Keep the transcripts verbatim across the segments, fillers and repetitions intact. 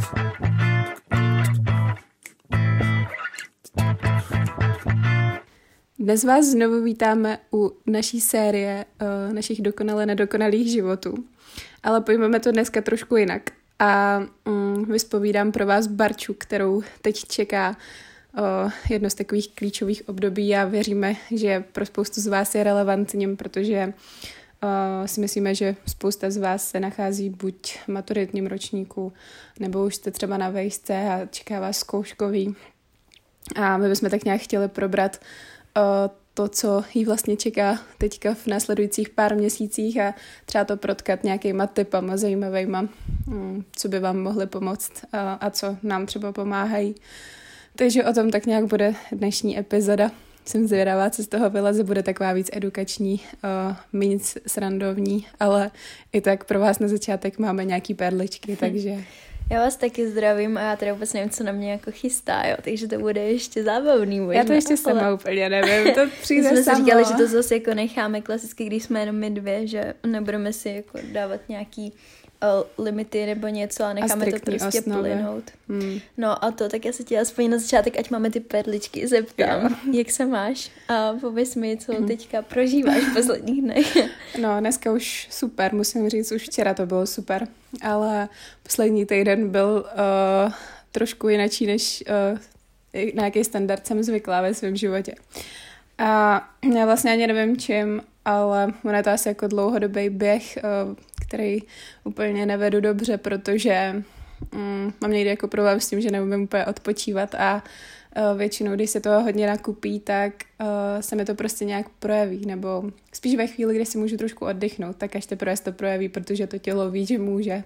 Dnes vás znovu vítáme u naší série uh, našich dokonale nedokonalých životů, ale pojmeme to dneska trošku jinak a um, vyspovídám pro vás Barču, kterou teď čeká uh, jedno z takových klíčových období a věříme, že pro spoustu z vás je relevantním, protože uh, si myslíme, že spousta z vás se nachází buď v maturitním ročníku, nebo už jste třeba na vejšce a čeká vás zkouškový. A my bychom tak nějak chtěli probrat to, co jí vlastně čeká teďka v následujících pár měsících a třeba to protkat nějakýma tipama zajímavejma, co by vám mohly pomoct a, a co nám třeba pomáhají. Takže o tom tak nějak bude dnešní epizoda. Jsem zvědavá, co z toho vyleze, bude taková víc edukační, uh, méně srandovní, ale i tak pro vás na začátek máme nějaký perličky, takže... Já vás taky zdravím a já teda vůbec nevím, co na mě jako chystá, jo, takže to bude ještě zábavný. Možná. Já to ještě sama ale... úplně nevím, to přijde jsme samo. si říkali, že to zase jako necháme klasicky, když jsme jenom my dvě, že nebudeme si jako dávat nějaký uh, limity nebo něco a necháme a to prostě osnovy. Plynout. Hmm. No a to, tak já se tě aspoň na začátek, ať máme ty perličky, zeptám, jo. Jak se máš a pověz mi, co hmm. teďka prožíváš v posledních dnech. No, dneska už super, musím říct, už včera to bylo super, ale poslední týden byl uh, trošku jinačí, než uh, na jaký standard jsem zvyklá ve svém životě. A já vlastně ani nevím čím, ale ono je to asi jako dlouhodobý běh, uh, který úplně nevedu dobře, protože um, mám někdy jako problém s tím, že neumím úplně odpočívat a uh, většinou, když se toho hodně nakupí, tak uh, se mi to prostě nějak projeví, nebo spíš ve chvíli, kdy si můžu trošku oddychnout, tak až teprve se to projeví, protože to tělo ví, že může.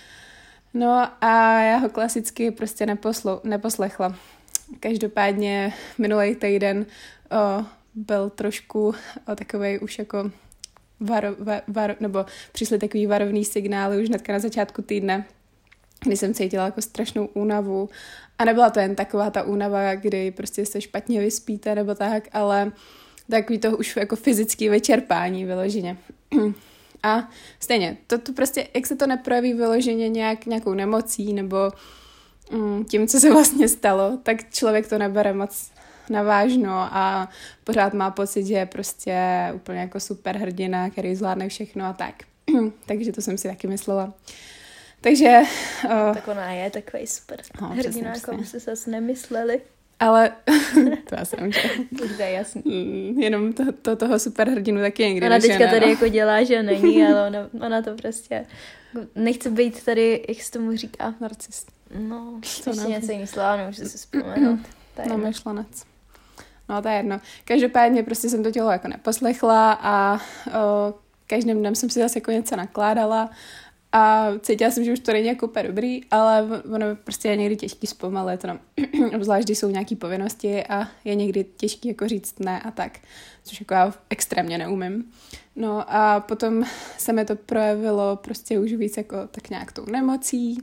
No a já ho klasicky prostě neposlu, neposlechla. Každopádně minulý týden uh, byl trošku uh, takovej už jako Varo, var, var, nebo přišly takový varovný signály už hnedka na začátku týdne, kdy jsem cítila jako strašnou únavu. A nebyla to jen taková ta únava, kdy prostě se špatně vyspíte nebo tak, ale takový to už jako fyzický vyčerpání vyloženě. A stejně, to, to prostě, jak se to neprojeví vyloženě nějak, nějakou nemocí nebo mm, tím, co se vlastně stalo, tak člověk to nebere moc navážno a pořád má pocit, že je prostě úplně jako super hrdina, který zvládne všechno a tak. Takže to jsem si taky myslela. Takže... Uh, tak ona je takový super no, hrdina, jako by se zase nemysleli. Ale to já jsem, že... To je jasný. Jenom to, to, toho super hrdinu taky někdy ona teďka žena, tady no. jako dělá, že není, ale ona, ona to prostě... Nechce být tady, jak se tomu říká? Narcist. No, to ještě něco jiný slova, nemůžu si vzpomenout. No, myšlenec. No, to je jedno. Každopádně prostě jsem to tělo jako neposlechla a o, každým dnem jsem si zase jako něco nakládala a cítila jsem, že už to není jako úplně dobrý, ale ono prostě je někdy těžký zpomalit, no. Obzvlášť, když jsou nějaký povinnosti a je někdy těžký jako říct ne a tak, což jako já extrémně neumím. No a potom se mi to projevilo prostě už víc jako tak nějak tou nemocí,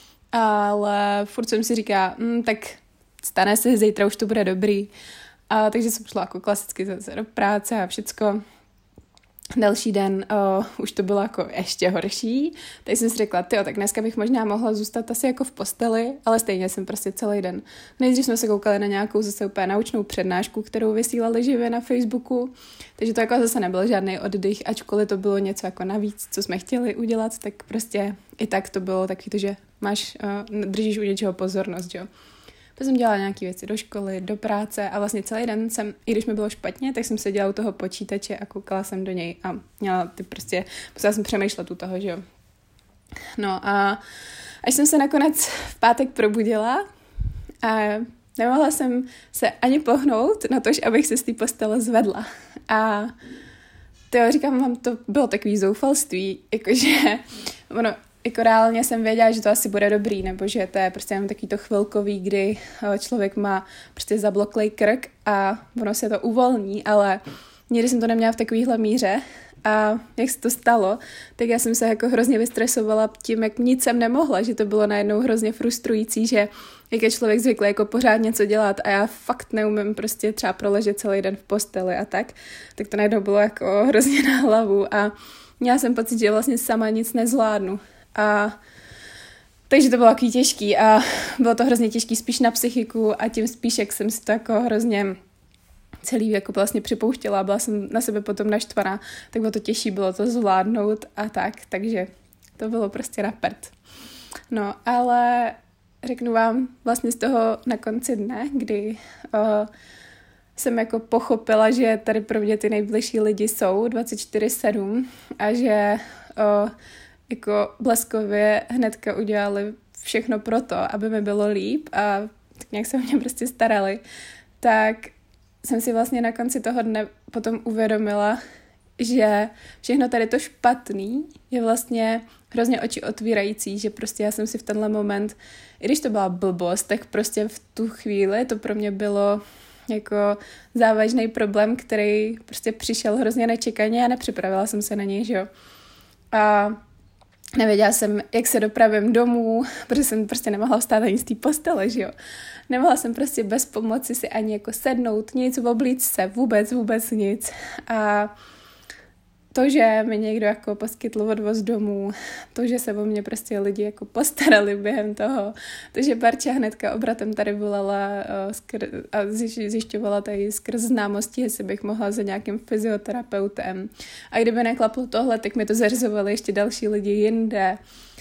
ale furt jsem si říká, hm, tak stane se, zítra už to bude dobrý. A takže jsem šla jako klasicky zase do práce a všecko. Další den uh, už to bylo jako ještě horší. Tak jsem si řekla, tyjo, tak dneska bych možná mohla zůstat asi jako v posteli, ale stejně jsem prostě celý den. Nejdřív jsme se koukali na nějakou zase úplně naučnou přednášku, kterou vysílali živě na Facebooku, takže to jako zase nebyl žádný oddych, ačkoliv to bylo něco jako navíc, co jsme chtěli udělat, tak prostě i tak to bylo takový to, že máš, uh, držíš u něčeho pozornost, jo. Pak jsem dělala nějaké věci do školy, do práce a vlastně celý den jsem, i když mi bylo špatně, tak jsem seděla u toho počítače a koukala jsem do něj a měla ty prostě, musela jsem přemýšlet u toho, že jo. No a až jsem se nakonec v pátek probudila a nemohla jsem se ani pohnout na to, abych se z té postele zvedla. A to jo, říkám vám, to bylo takový zoufalství, jakože ono, jako reálně jsem věděla, že to asi bude dobrý, nebo že to je prostě jenom takový to chvilkový, kdy člověk má prostě zabloklej krk a ono se to uvolní, ale nikdy jsem to neměla v takovýhle míře a jak se to stalo, tak já jsem se jako hrozně vystresovala tím, jak nic jsem nemohla, že to bylo najednou hrozně frustrující, že jak je člověk zvyklý jako pořád něco dělat a já fakt neumím prostě třeba proležet celý den v posteli a tak, tak to najednou bylo jako hrozně na hlavu a měla jsem pocit, že vlastně sama nic nezvládnu. A Takže to bylo takový těžký a bylo to hrozně těžký spíš na psychiku a tím spíš, jak jsem si to jako hrozně celý jako vlastně připouštěla a byla jsem na sebe potom naštvaná, tak bylo to těžší, bylo to zvládnout a tak, takže to bylo prostě na prd. No, ale řeknu vám vlastně z toho na konci dne, kdy uh, jsem jako pochopila, že tady pro mě ty nejbližší lidi jsou dvacet čtyři sedm a že uh, jako bleskově hnedka udělali všechno pro to, aby mi bylo líp a tak nějak se o mě prostě starali, tak jsem si vlastně na konci toho dne potom uvědomila, že všechno tady to špatný je vlastně hrozně oči otvírající, že prostě já jsem si v tenhle moment, i když to byla blbost, tak prostě v tu chvíli to pro mě bylo jako závažný problém, který prostě přišel hrozně nečekaně a nepřipravila jsem se na něj, že jo. A nevěděla jsem, jak se dopravím domů, protože jsem prostě nemohla vstát ani z té postele, že jo. Nemohla jsem prostě bez pomoci si ani jako sednout, nic, oblíct se, vůbec, vůbec nic. A to, že mi někdo jako poskytl odvoz domů, to, že se o mě prostě lidi jako postarali během toho, to, že Barča hnedka obratem tady volala skr- a zjišťovala tady skrz známosti, jestli bych mohla za nějakým fyzioterapeutem. A kdyby neklaplo tohle, tak mi to zařizovali ještě další lidi jinde.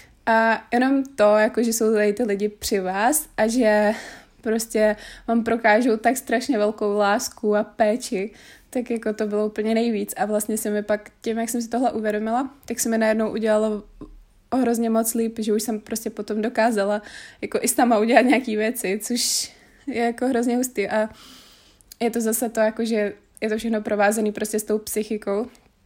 A jenom to, jako že jsou tady ty lidi při vás a že prostě vám prokážou tak strašně velkou lásku a péči, tak jako to bylo úplně nejvíc. A vlastně se mi pak, tím, jak jsem si tohle uvědomila, tak se mi najednou udělalo o hrozně moc líp, že už jsem prostě potom dokázala jako i sama udělat nějaký věci, což je jako hrozně hustý. A je to zase to, jako, že je to všechno provázený prostě s tou psychikou.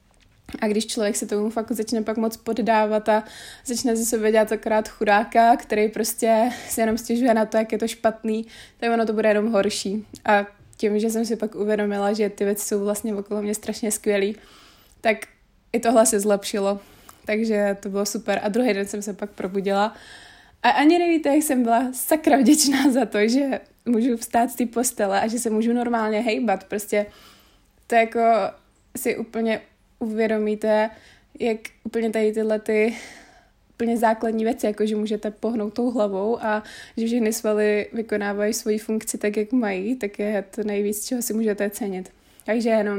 A když člověk se tomu fakt začne pak moc poddávat a začne ze sebe dělat akorát chudáka, který prostě se jenom stěžuje na to, jak je to špatný, tak ono to bude jenom horší. A tím, že jsem si pak uvědomila, že ty věci jsou vlastně okolo mě strašně skvělý, tak i tohle se zlepšilo. Takže to bylo super. A druhý den jsem se pak probudila. A ani nevíte, jak jsem byla sakra vděčná za to, že můžu vstát z té postele a že se můžu normálně hejbat. Prostě to jako si úplně uvědomíte, jak úplně tady tyhle ty úplně základní věci, jako že můžete pohnout tou hlavou a že všechny svaly vykonávají svoji funkci tak, jak mají, tak je to nejvíc, čeho si můžete cenit. Takže jenom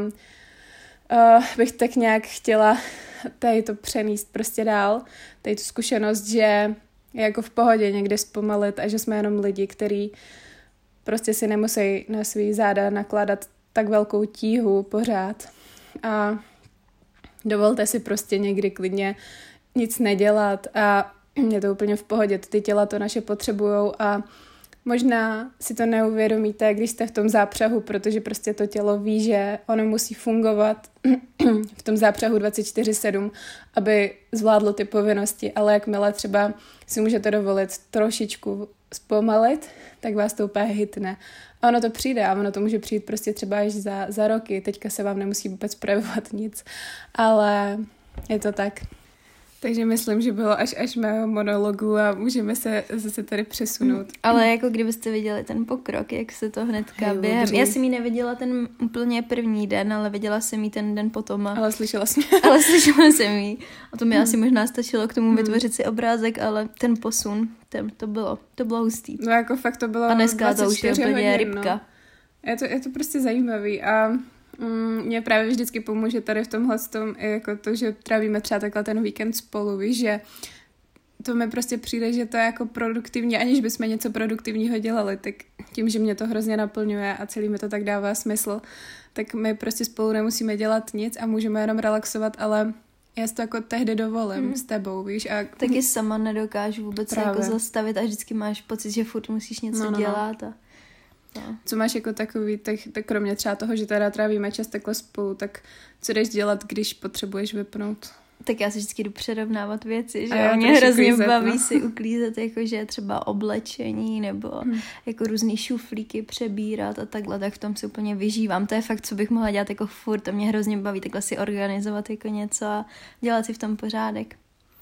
uh, bych tak nějak chtěla tady to přenést prostě dál, tady tu zkušenost, že je jako v pohodě někde zpomalit a že jsme jenom lidi, kteří prostě si nemusí na svý záda nakládat tak velkou tíhu pořád. A dovolte si prostě někdy klidně nic nedělat a je to úplně v pohodě, ty těla to naše potřebujou a možná si to neuvědomíte, když jste v tom zápřahu, protože prostě to tělo ví, že ono musí fungovat v tom zápřahu dvacet čtyři sedm, aby zvládlo ty povinnosti, ale jakmile třeba si můžete dovolit trošičku zpomalit, tak vás to úplně hitne. A ono to přijde a ono to může přijít prostě třeba až za, za roky, teďka se vám nemusí vůbec projevovat nic, ale je to tak. Takže myslím, že bylo až až mého monologu a můžeme se zase tady přesunout. Ale jako kdybyste viděli ten pokrok, jak se to hnedka Hej, během... Já jsem ji neviděla ten úplně první den, ale viděla jsem ji ten den potom. A... Ale slyšela jsem Ale slyšela jsem ji. A to mi hmm. asi možná stačilo k tomu hmm. vytvořit si obrázek, ale ten posun, ten, to bylo, to bylo hustý. No jako fakt to bylo a dneska to už je úplně rybka. No. Je, to, je to prostě zajímavý a... Mm, mě právě vždycky pomůže tady v tomhle tom i jako to, že trávíme třeba takhle ten víkend spolu, víš, že to mi prostě přijde, že to je jako produktivní, aniž bychom něco produktivního dělali, tak tím, že mě to hrozně naplňuje a celý mi to tak dává smysl, tak my prostě spolu nemusíme dělat nic a můžeme jenom relaxovat, ale já si to jako tehdy dovolím mm. s tebou, víš. A... Taky sama nedokážu vůbec se jako zastavit a vždycky máš pocit, že furt musíš něco no, no, dělat a... No. Co máš jako takový, tak, tak kromě třeba toho, že teda trávíme čas takhle spolu, tak co jdeš dělat, když potřebuješ vypnout? Tak já si vždycky jdu přerovnávat věci, že a mě hrozně klízet, baví no. si uklízet, jakože třeba oblečení nebo hmm. jako různý šuflíky přebírat a takhle, tak v tom si úplně vyžívám. To je fakt, co bych mohla dělat jako furt, to mě hrozně baví, takhle si organizovat jako něco a dělat si v tom pořádek.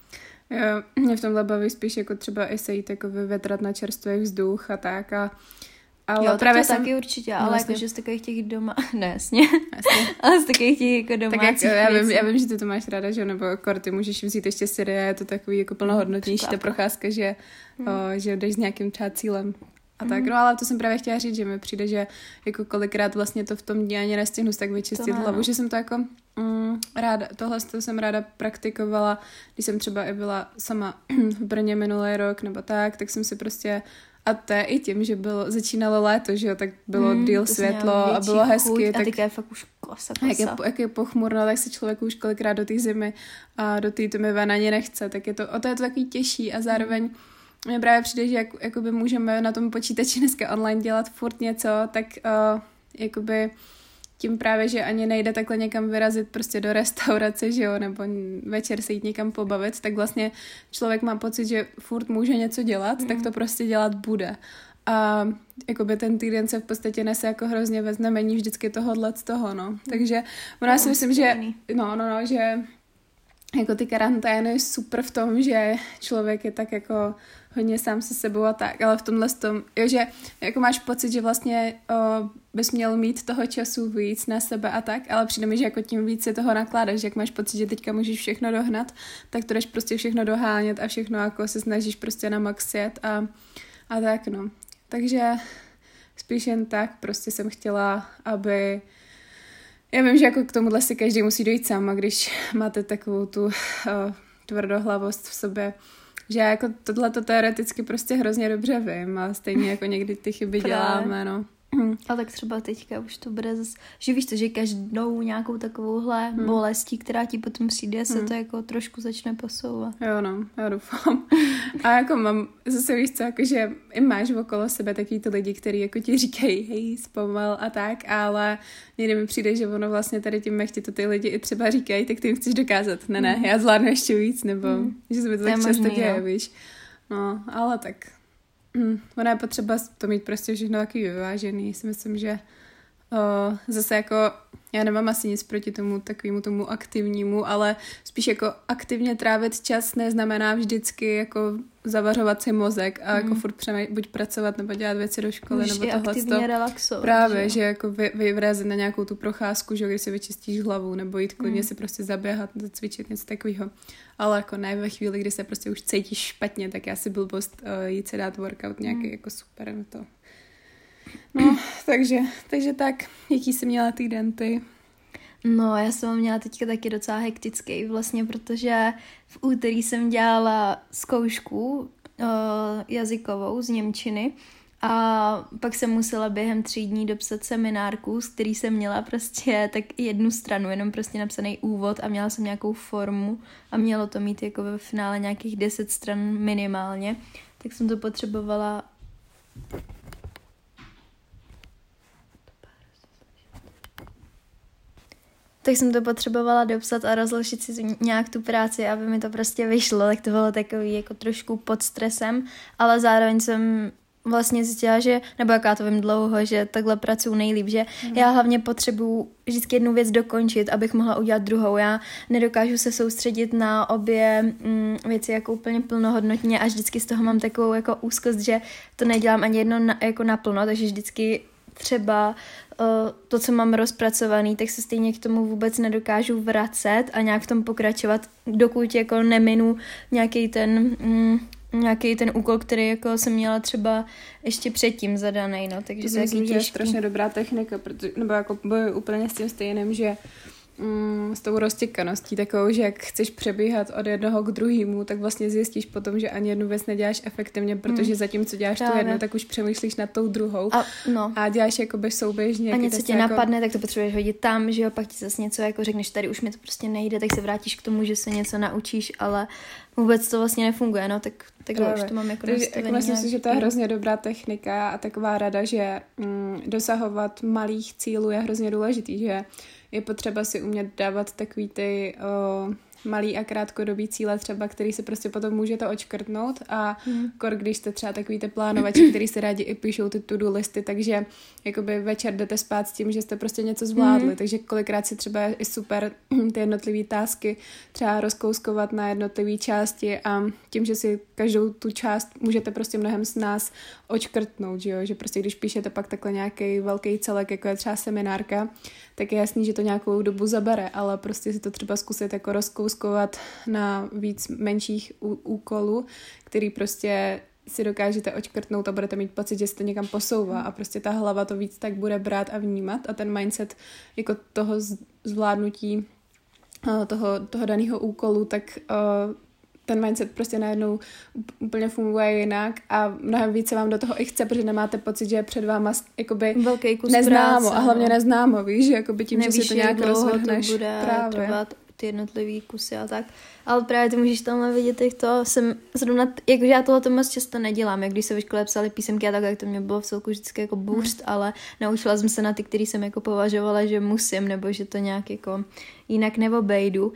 Jo, mě v tomhle baví spíš jako třeba i sejít, jako vyvětrat na čerstvý vzduch a tak a Ale jo, právě to jsem... taky určitě, ale vlastně. Jakože z takových těch doma... Ne, jasně. jasně. Ale z takových těch jako domácích tak jak, já, vím, já vím, že ty to máš ráda, že nebo jako ty můžeš vzít ještě série, je to takový jako plnohodnotnější ta procházka, že, hmm. o, že jdeš s nějakým třeba cílem. A tak, mm. no ale to jsem právě chtěla říct, že mi přijde, že jako kolikrát vlastně to v tom dní ani nestihnu tak vyčistit hlavu, že jsem to jako mm, ráda, tohle to jsem ráda praktikovala, když jsem třeba i byla sama v Brně minulý rok nebo tak, tak jsem si prostě, a to je i tím, že bylo, začínalo léto, že jo, tak bylo mm, díl světlo a bylo hezky. Tak, a teďka je fakt už kosa, kosa. Jak je, jak je pochmurno, tak se člověk už kolikrát do té zimy a do té tmy ven ani nechce, tak je to, o to je to takový těžší a zároveň mm. mně právě přijde, že jak, jakoby můžeme na tom počítači dneska online dělat furt něco, tak uh, jakoby tím právě, že ani nejde takhle někam vyrazit prostě do restaurace, že jo, nebo večer se jít někam pobavit, tak vlastně člověk má pocit, že furt může něco dělat, mm. tak to prostě dělat bude. A jakoby ten týden se v podstatě nese jako hrozně ve znamení vždycky tohohle z toho, no. Takže ona no, si myslím, že no, no, no, že jako ty karantény je super v tom, že člověk je tak jako hodně sám se sebou a tak, ale v tomhle tom, jo, že jako máš pocit, že vlastně o, bys měl mít toho času víc na sebe a tak, ale přijde mi, že jako tím víc si toho nakládáš, jak máš pocit, že teďka můžeš všechno dohnat, tak to jdeš prostě všechno dohánět a všechno jako se snažíš prostě na max jet a, a tak, no. Takže spíš jen tak prostě jsem chtěla, aby já vím, že jako k tomuhle si každý musí dojít sám a když máte takovou tu uh, tvrdohlavost v sobě, že já jako tohleto teoreticky prostě hrozně dobře vím a stejně jako někdy ty chyby děláme, no. A tak třeba teďka už to bude zase, že víš to, že každou nějakou takovouhle hmm. bolestí, která ti potom přijde, se hmm. to jako trošku začne posouvat. Jo no, já doufám. A jako mám, zase víš co, jako že i máš okolo sebe takový ty lidi, kteří jako ti říkají, hej, zpomal a tak, ale někdy mi přijde, že ono vlastně tady tím, jak ti to ty lidi i třeba říkají, tak ty jim chceš dokázat, ne, ne, hmm. já zvládnu ještě víc, nebo hmm. že se mi to, to tak často možný, děje, jo. víš. No, ale tak... Hmm, ona je potřeba to mít prostě všechno taky vyvážený. Si myslím, že o, zase jako já nemám asi nic proti tomu takovému tomu aktivnímu, ale spíš jako aktivně trávit čas neznamená vždycky jako zavařovat si mozek a mm. jako furt přemý, buď pracovat nebo dělat věci do školy Můž nebo tohle. Aktivně relaxovat. Právě, že, že jako vy, vyrazit na nějakou tu procházku, že když si vyčistíš hlavu nebo jít klidně mm. si prostě zaběhat, zacvičit něco takového. Ale jako ne ve chvíli, kdy se prostě už cítíš špatně, tak já si blbost uh, jít se dát workout nějaký mm. jako super na to. No, takže, takže tak, jaký jsi měla týden ty? No, já jsem měla teďka taky docela hektický vlastně, protože v úterý jsem dělala zkoušku uh, jazykovou z němčiny a pak jsem musela během tří dní dopsat seminárku, z který jsem měla prostě tak jednu stranu, jenom prostě napsaný úvod a měla jsem nějakou formu a mělo to mít jako ve finále nějakých deset stran minimálně, tak jsem to potřebovala tak jsem to potřebovala dopsat a rozložit si nějak tu práci, aby mi to prostě vyšlo, tak to bylo takový jako trošku pod stresem, ale zároveň jsem vlastně zjistila, že, nebo jak já to vím dlouho, že takhle pracuji nejlíp, že mm. já hlavně potřebuji vždycky jednu věc dokončit, abych mohla udělat druhou. Já nedokážu se soustředit na obě mm, věci jako úplně plnohodnotně a vždycky z toho mám takovou jako úzkost, že to nedělám ani jedno na, jako naplno, takže vždycky třeba uh, to, co mám rozpracovaný, tak se stejně k tomu vůbec nedokážu vracet a nějak v tom pokračovat, dokud jako neminu nějaký ten... Mm, nějaký ten úkol, který jako jsem měla třeba ještě předtím zadaný, no, takže to myslím, že je strašně dobrá technika, protože, nebo jako bojuji úplně s tím stejným, že mm, s tou roztěkaností takovou, že jak chceš přebíhat od jednoho k druhému, tak vlastně zjistíš potom, že ani jednu věc neděláš efektivně, protože mm. zatím, co děláš Právě. tu jednu, tak už přemýšlíš nad tou druhou a, no. a děláš jakoby souběžně. A něco tě jako... napadne, tak to potřebuješ hodit tam, že jo, pak ti zase něco jako řekneš, tady už mi to prostě nejde, tak se vrátíš k tomu, že se něco naučíš, ale vůbec to vlastně nefunguje, no, tak takhle už to mám jako nastavený. Myslím si, že to je hrozně dobrá technika a taková rada, že mm, dosahovat malých cílů je hrozně důležitý, že je potřeba si umět dávat takový ty, o, malý a krátkodobý cíle třeba, který si prostě potom můžete očkrtnout a hmm. kor, když jste třeba takový ty plánovači, který si rádi i píšou ty to-do listy, takže jakoby večer jdete spát s tím, že jste prostě něco zvládli, hmm. takže kolikrát si třeba i super ty jednotlivé tásky třeba rozkouskovat na jednotlivé části a tím, že si každou tu část můžete prostě mnohem z nás očkrtnout, že jo, že prostě když píšete pak takhle nějaký velký celek, jako je třeba seminárka, tak je jasný, že to nějakou dobu zabere, ale prostě si to třeba zkusit jako rozkouskovat na víc menších ú- úkolů, který prostě si dokážete očkrtnout a budete mít pocit, že se to někam posouvá a prostě ta hlava to víc tak bude brát a vnímat a ten mindset jako toho zvládnutí toho, toho daného úkolu, tak uh, ten mindset prostě najednou úplně funguje jinak a mnohem více vám do toho i chce, protože nemáte pocit, že je před váma jakoby velký kus neznámo práce, a hlavně no. neznámo, víš, že jakoby tím, Nevíš, že si to nějak rozhodneš. To bude právě. Trvat ty jednotlivý kusy a tak. Ale právě ty můžeš tamhle vidět, jak to jsem zrovna, jakože já tohle moc často nedělám, jak když se ve škole psali písemky a tak, jak to mě bylo v celku vždycky jako bůřt, hmm. ale naučila jsem se na ty, který jsem jako považovala, že musím, nebo že to nějak jako jinak neobejdu.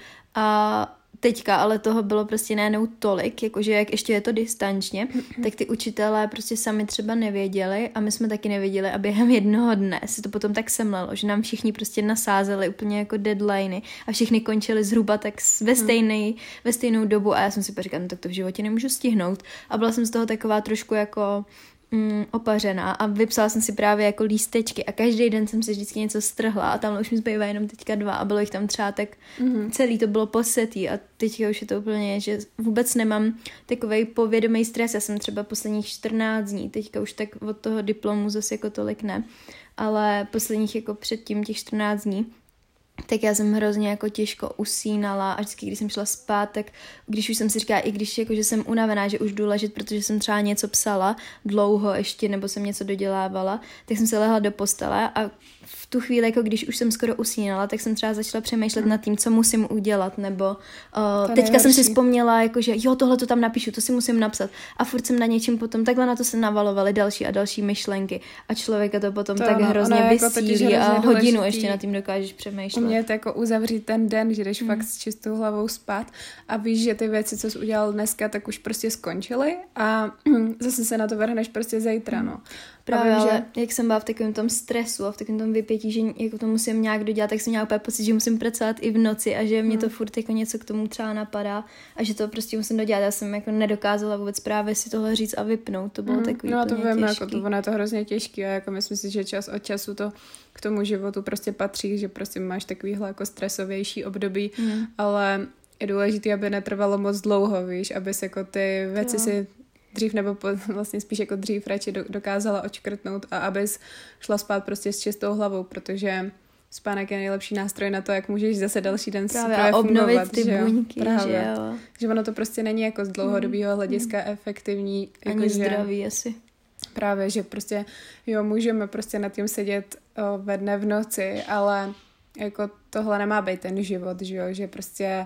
A teďka, ale toho bylo prostě najednou tolik, jakože jak ještě je to distančně, tak ty učitelé prostě sami třeba nevěděli a my jsme taky nevěděli a během jednoho dne se to potom tak semlelo, že nám všichni prostě nasázeli úplně jako deadliny a všichni končili zhruba tak ve, stejnej, ve stejnou dobu a já jsem si poříkala, no tak to v životě nemůžu stihnout a byla jsem z toho taková trošku jako Mm, opařená a vypsala jsem si právě jako lístečky a každý den jsem si vždycky něco strhla a tam už mi zbývá jenom teďka dva a bylo jich tam třeba tak mm-hmm. celý to bylo posetý a teďka už je to úplně, že vůbec nemám takovej povědomý stres, já jsem třeba posledních čtrnáct dní, teďka už tak od toho diplomu zase jako tolik ne, ale posledních jako předtím těch čtrnáct dní tak já jsem hrozně jako těžko usínala a vždycky, když jsem šla spát, tak když už jsem si říkala, i když jako, že jsem unavená, že už jdu ležet, protože jsem třeba něco psala dlouho ještě, nebo jsem něco dodělávala, tak jsem se lehla do postele a v tu chvíli, jako když už jsem skoro usínala, tak jsem třeba začala přemýšlet nad tím, co musím udělat, nebo uh, teďka nejhorší. Jsem si vzpomněla, jako, že jo, tohle to tam napíšu, to si musím napsat a furt jsem na něčím potom, takhle na to se navalovaly další a další myšlenky a člověka to potom to tak ano, hrozně vysílí jako a hodinu ještě nad tím dokážeš přemýšlet. Umět jako uzavřít ten den, že jdeš hmm. fakt s čistou hlavou spát a víš, že ty věci, co jsi udělal dneska, tak už prostě skončily a zase se na to vrhneš prostě zítra, no. Právě, vím, ale že jak jsem byla v takovém tom stresu a v takovém tom vypětí, že jako to musím nějak dodělat, tak jsem měla úplně pocit, že musím pracovat i v noci a že mě to furt jako něco k tomu třeba napadá a že to prostě musím dodělat. Já jsem jako nedokázala vůbec právě si tohle říct a vypnout. To bylo mm. takový No a to vím, těžký. Jako to, ono je to hrozně těžký a jako myslím si, že čas od času to k tomu životu prostě patří, že prostě máš takovýhle jako stresovější období, mm. ale je důležité, aby netrvalo moc dlouho, víš, aby se jako ty věci jo. si dřív nebo po, vlastně spíš jako dřív radši do, dokázala očkrtnout a abys šla spát prostě s čistou hlavou, protože spánek je nejlepší nástroj na to, jak můžeš zase další den právě si obnovit fungovat, ty že buňky, právě. že jo. Že ono to prostě není jako z dlouhodobého hlediska mm. efektivní. Ani jako zdraví že, asi. Právě, že prostě jo, můžeme prostě nad tím sedět o, ve dne v noci, ale jako tohle nemá být ten život, že jo, že prostě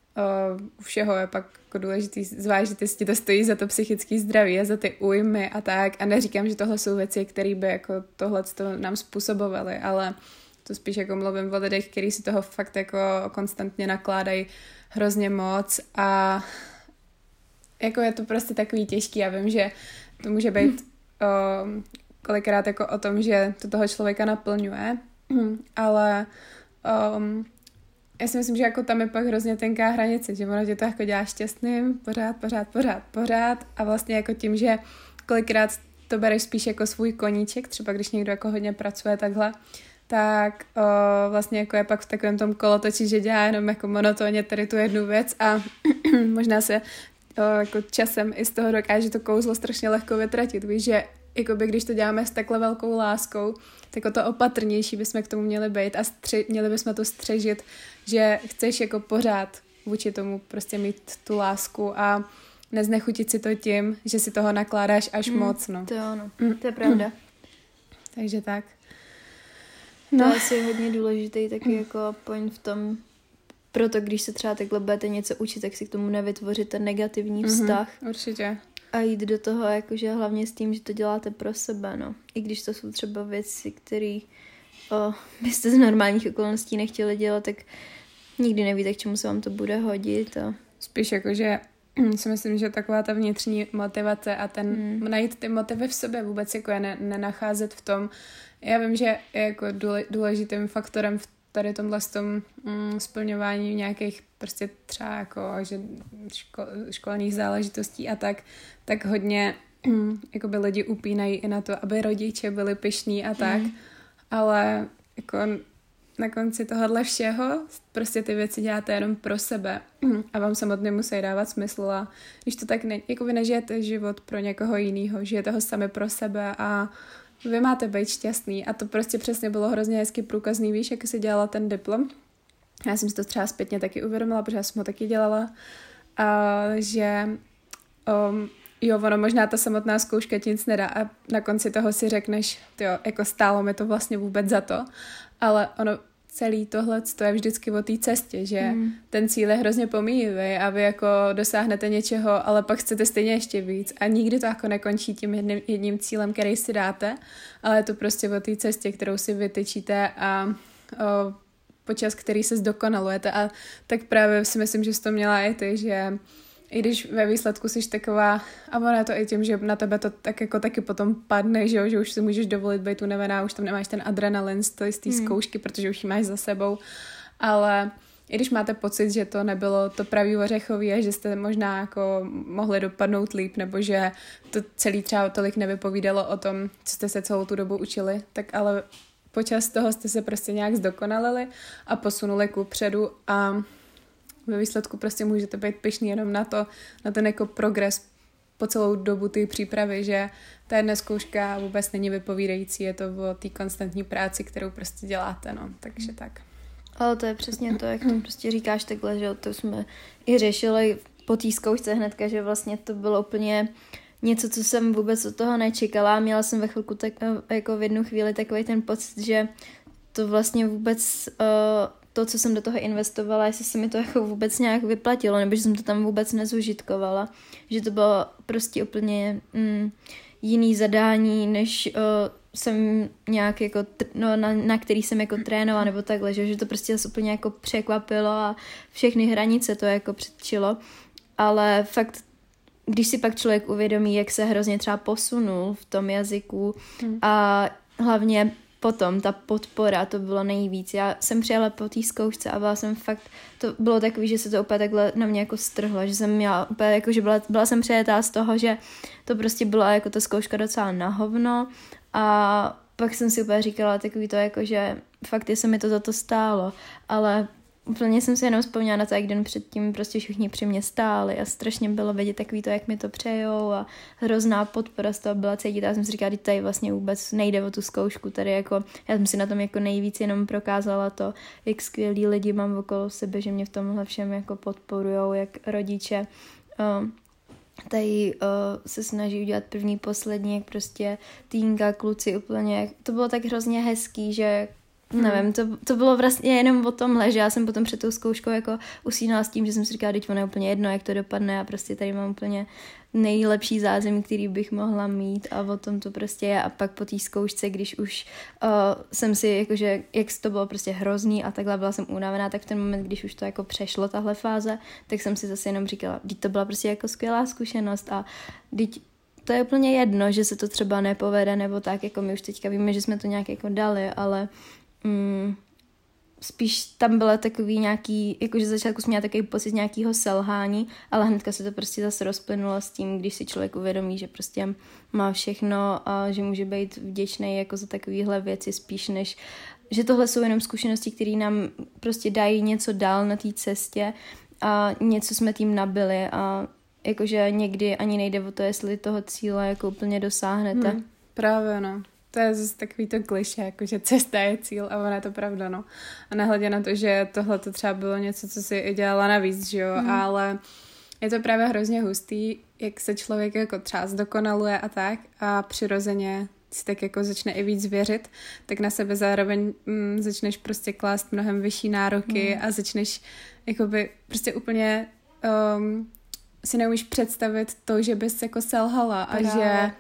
u všeho je pak jako důležitý zvážit, jestli to stojí za to psychické zdraví a za ty újmy a tak. A neříkám, že tohle jsou věci, které by jako tohle nám způsobovaly, ale to spíš jako mluvím o lidech, kteří si toho fakt jako konstantně nakládají hrozně moc a jako je to prostě takový těžký. Já vím, že to může být o, kolikrát jako o tom, že to toho člověka naplňuje, ale um, já si myslím, že jako tam je pak hrozně tenká hranice, že ono tě to jako dělá šťastným pořád, pořád, pořád, pořád a vlastně jako tím, že kolikrát to bereš spíš jako svůj koníček, třeba když někdo jako hodně pracuje takhle, tak o, vlastně jako je pak v takovém tom kolotoči, že dělá jenom jako monotónně tady tu jednu věc a možná se o, jako časem i z toho dokáže to kouzlo strašně lehko vytratit, víš, že jakoby když to děláme s takhle velkou láskou, tak o to opatrnější bychom k tomu měli být a stři- měli bychom to střežit, že chceš jako pořád vůči tomu prostě mít tu lásku a neznechutit si to tím, že si toho nakládáš až mm, moc, no. To je ono, mm. to je pravda. Mm. Takže tak. No. To je asi hodně důležitý taky jako point v tom, proto když se třeba takhle budete něco učit, tak si k tomu nevytvořit ten negativní vztah. Mm-hmm, určitě. A jít do toho jakože hlavně s tím, že to děláte pro sebe, no. I když to jsou třeba věci, které byste z normálních okolností nechtěli dělat, tak Nikdy nevíte, k čemu se vám to bude hodit. A... Spíš jako, že si myslím, že taková ta vnitřní motivace a ten hmm. najít ty motivy v sobě vůbec jako je ne, nenacházet v tom. Já vím, že je jako důležitým faktorem v tady tomhle tom mm, splňování nějakých prostě třeba jako že ško, školních záležitostí a tak, tak hodně mm, jakoby lidi upínají i na to, aby rodiče byli pyšní a tak, hmm. ale jako na konci tohohle všeho prostě ty věci děláte jenom pro sebe a vám samotně musí dávat smysl a když to tak ne, jakoby nežijete život pro někoho jiného, žijete ho sami pro sebe a vy máte být šťastný a to prostě přesně bylo hrozně hezky průkazný, víš, jak jsi dělala ten diplom. Já jsem si to třeba zpětně taky uvědomila, protože já jsem ho taky dělala a že um, jo, ono možná ta samotná zkouška ti nic nedá a na konci toho si řekneš, jo, jako stálo mi to vlastně vůbec za to, ale ono celý tohle to je vždycky o té cestě, že mm. ten cíl je hrozně pomíjivý a vy jako dosáhnete něčeho, ale pak chcete stejně ještě víc a nikdy to jako nekončí tím jedním, jedním cílem, který si dáte, ale je to prostě o té cestě, kterou si vytyčíte a o, počas který se zdokonalujete a tak právě si myslím, že jsi to měla i ty, že i když ve výsledku jsi taková, a ono je to i tím, že na tebe to tak jako taky potom padne, že, jo, že už si můžeš dovolit být unavená, už tam nemáš ten adrenalin z té hmm. zkoušky, protože už ji máš za sebou, ale i když máte pocit, že to nebylo to pravý ořechový a že jste možná jako mohli dopadnout líp, nebo že to celý třeba tolik nevypovídalo o tom, co jste se celou tu dobu učili, tak ale počas toho jste se prostě nějak zdokonalili a posunuli kupředu a ve výsledku prostě můžete být pyšný jenom na to, na ten jako progres po celou dobu té přípravy, že ta jedna zkouška vůbec není vypovídající, je to o té konstantní práci, kterou prostě děláte, no, takže tak. Ale to je přesně to, jak to prostě říkáš takhle, že to jsme i řešili po té zkoušce hnedka, že vlastně to bylo úplně něco, co jsem vůbec od toho nečekala. Měla jsem ve chvilku tak, jako v jednu chvíli takový ten pocit, že to vlastně vůbec uh, to, co jsem do toho investovala, jestli se mi to jako vůbec nějak vyplatilo, nebo že jsem to tam vůbec nezužitkovala. Že to bylo prostě úplně mm, jiný zadání, než uh, jsem nějak jako, no, na, na který jsem jako trénovala, nebo takhle, že, že to prostě zase úplně jako překvapilo a všechny hranice to jako předčilo. Ale fakt, když si pak člověk uvědomí, jak se hrozně třeba posunul v tom jazyku hmm. a hlavně potom ta podpora, to bylo nejvíc. Já jsem přijela po té zkoušce a byla jsem fakt, to bylo takový, že se to úplně takhle na mě jako strhlo, že jsem měla úplně jako, že byla, byla jsem přejetá z toho, že to prostě byla jako ta zkouška docela na hovno a pak jsem si úplně říkala takový to jako, že fakt, jestli mi to za to stálo, ale úplně jsem si jenom vzpomněla na to, jak den předtím prostě všichni při mě stáli a strašně bylo vidět takový to, jak mi to přejou a hrozná podpora z toho byla cítit. Já jsem si říkala, že tady vlastně vůbec nejde o tu zkoušku, tady jako, já jsem si na tom jako nejvíc jenom prokázala to, jak skvělí lidi mám okolo sebe, že mě v tomhle všem jako podporujou, jak rodiče um, tady uh, se snaží udělat první, poslední, jak prostě týnka, kluci úplně, jak, to bylo tak hrozně hezký, že Hmm. Nevím, to, to bylo vlastně jenom o tomhle, že já jsem potom před tou zkouškou jako usínala s tím, že jsem si říkala, teď ono je úplně jedno, jak to dopadne a prostě tady mám úplně nejlepší zázemí, který bych mohla mít a o tom to prostě je a pak po té zkoušce, když už uh, jsem si jakože, jak to bylo prostě hrozný a takhle byla jsem unavená, tak v ten moment, když už to jako přešlo tahle fáze, tak jsem si zase jenom říkala, teď to byla prostě jako skvělá zkušenost a teď to je úplně jedno, že se to třeba nepovede nebo tak, jako my už teďka víme, že jsme to nějak jako dali, ale Mm, spíš tam byla takový nějaký, jakože začátku jsem měla takový pocit nějakého selhání, ale hnedka se to prostě zase rozplynulo s tím, když si člověk uvědomí, že prostě má všechno a že může být vděčný jako za takovéhle věci spíš než, že tohle jsou jenom zkušenosti, které nám prostě dají něco dál na té cestě a něco jsme tím nabili a jakože někdy ani nejde o to, jestli toho cíle jako úplně dosáhnete. Hmm, právě no. To je zase takový to klišé, jako že cesta je cíl a ona je to pravda, no. A nehledě na to, že tohle to třeba bylo něco, co si i dělala navíc, že jo, mm. ale je to právě hrozně hustý, jak se člověk jako třeba zdokonaluje a tak a přirozeně si tak jako začne i víc věřit, tak na sebe zároveň mm, začneš prostě klást mnohem vyšší nároky mm. a začneš jakoby prostě úplně um, si neumíš představit to, že bys jako selhala a právě. že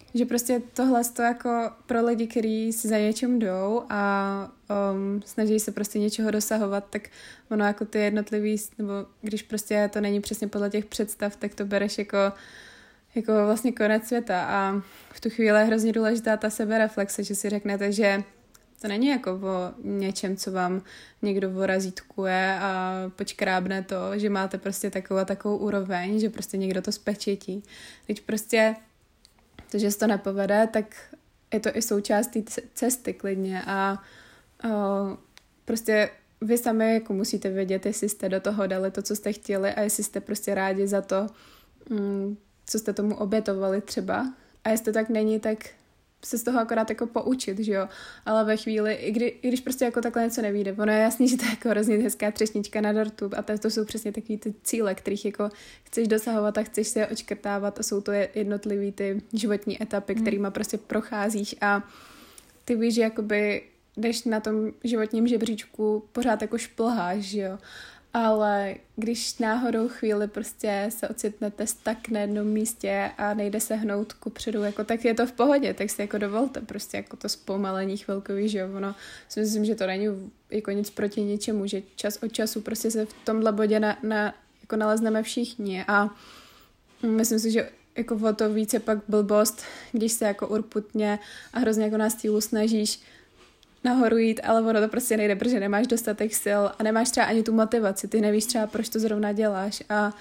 že prostě tohle to jako pro lidi, kteří si za něčím jdou a um, snaží se prostě něčeho dosahovat, tak ono jako ty jednotlivý, nebo když prostě to není přesně podle těch představ, tak to bereš jako, jako vlastně konec světa a v tu chvíli je hrozně důležitá ta sebereflexe, že si řeknete, že to není jako o něčem, co vám někdo vorazítkuje a počkrábne to, že máte prostě takovou a takovou úroveň, že prostě někdo to spečetí. Když prostě to, že se to nepovede, tak je to i součást té cesty klidně a o, prostě vy sami jako musíte vědět, jestli jste do toho dali to, co jste chtěli a jestli jste prostě rádi za to, mm, co jste tomu obětovali třeba. A jestli to tak není, tak se z toho akorát jako poučit, že jo. Ale ve chvíli, i, kdy, i když prostě jako takhle něco nevíde, ono je jasný, že to je jako hrozně hezká třešnička na dortu a to, to jsou přesně takový ty cíle, kterých jako chceš dosahovat a chceš se je očkrtávat a jsou to jednotlivý ty životní etapy, mm. kterýma prostě procházíš a ty víš, že jakoby jdeš na tom životním žebříčku pořád jako šplháš, že jo. Ale když náhodou chvíli prostě se ocitnete tak na jednom místě a nejde se hnout kupředu, jako, tak je to v pohodě, tak si jako dovolte prostě jako to zpomalení chvilkový, že jo, ono, si myslím, že to není jako nic proti ničemu, že čas od času prostě se v tomhle bodě na, na, jako nalezneme všichni a myslím si, že jako o to víc je pak blbost, když se jako urputně a hrozně jako na stylu snažíš nahoru jít, ale ono to prostě nejde, protože nemáš dostatek sil a nemáš třeba ani tu motivaci, ty nevíš třeba, proč to zrovna děláš a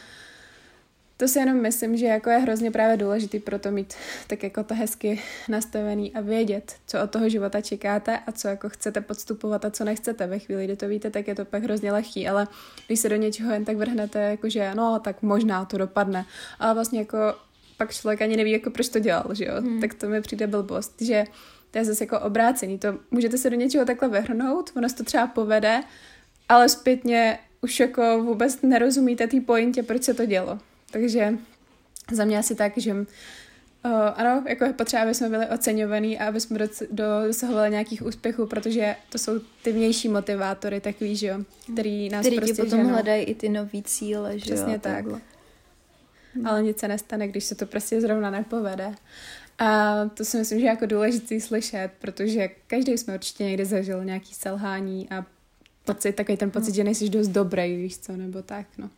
to si jenom myslím, že jako je hrozně právě důležitý pro to mít tak jako to hezky nastavený a vědět, co od toho života čekáte a co jako chcete podstupovat a co nechcete. Ve chvíli, kdy to víte, tak je to pak hrozně lehký, ale když se do něčeho jen tak vrhnete, jakože no, tak možná to dopadne, ale vlastně jako pak člověk ani neví, jako proč to dělal, že jo, hmm. tak to mi přijde blbost, že to je zase jako obrácený. To můžete se do něčeho takhle vrhnout, ono se to třeba povede, ale zpětně už jako vůbec nerozumíte té pointě, proč se to dělo. Takže za mě asi tak, že uh, ano, jako je potřeba, aby jsme byli oceňovaní a aby jsme dosahovali nějakých úspěchů, protože to jsou ty vnější motivátory takový, že jo, který nás který prostě ti potom ženou. Hledají i ty nový cíle, že Přesně jo. tak. Hmm. Ale nic se nestane, když se to prostě zrovna nepovede. A to si myslím, že je jako důležitý slyšet, protože každý jsme určitě někdy zažil nějaký selhání a pocit, takový ten pocit, že nejsi dost dobrý, víš co, nebo tak, no.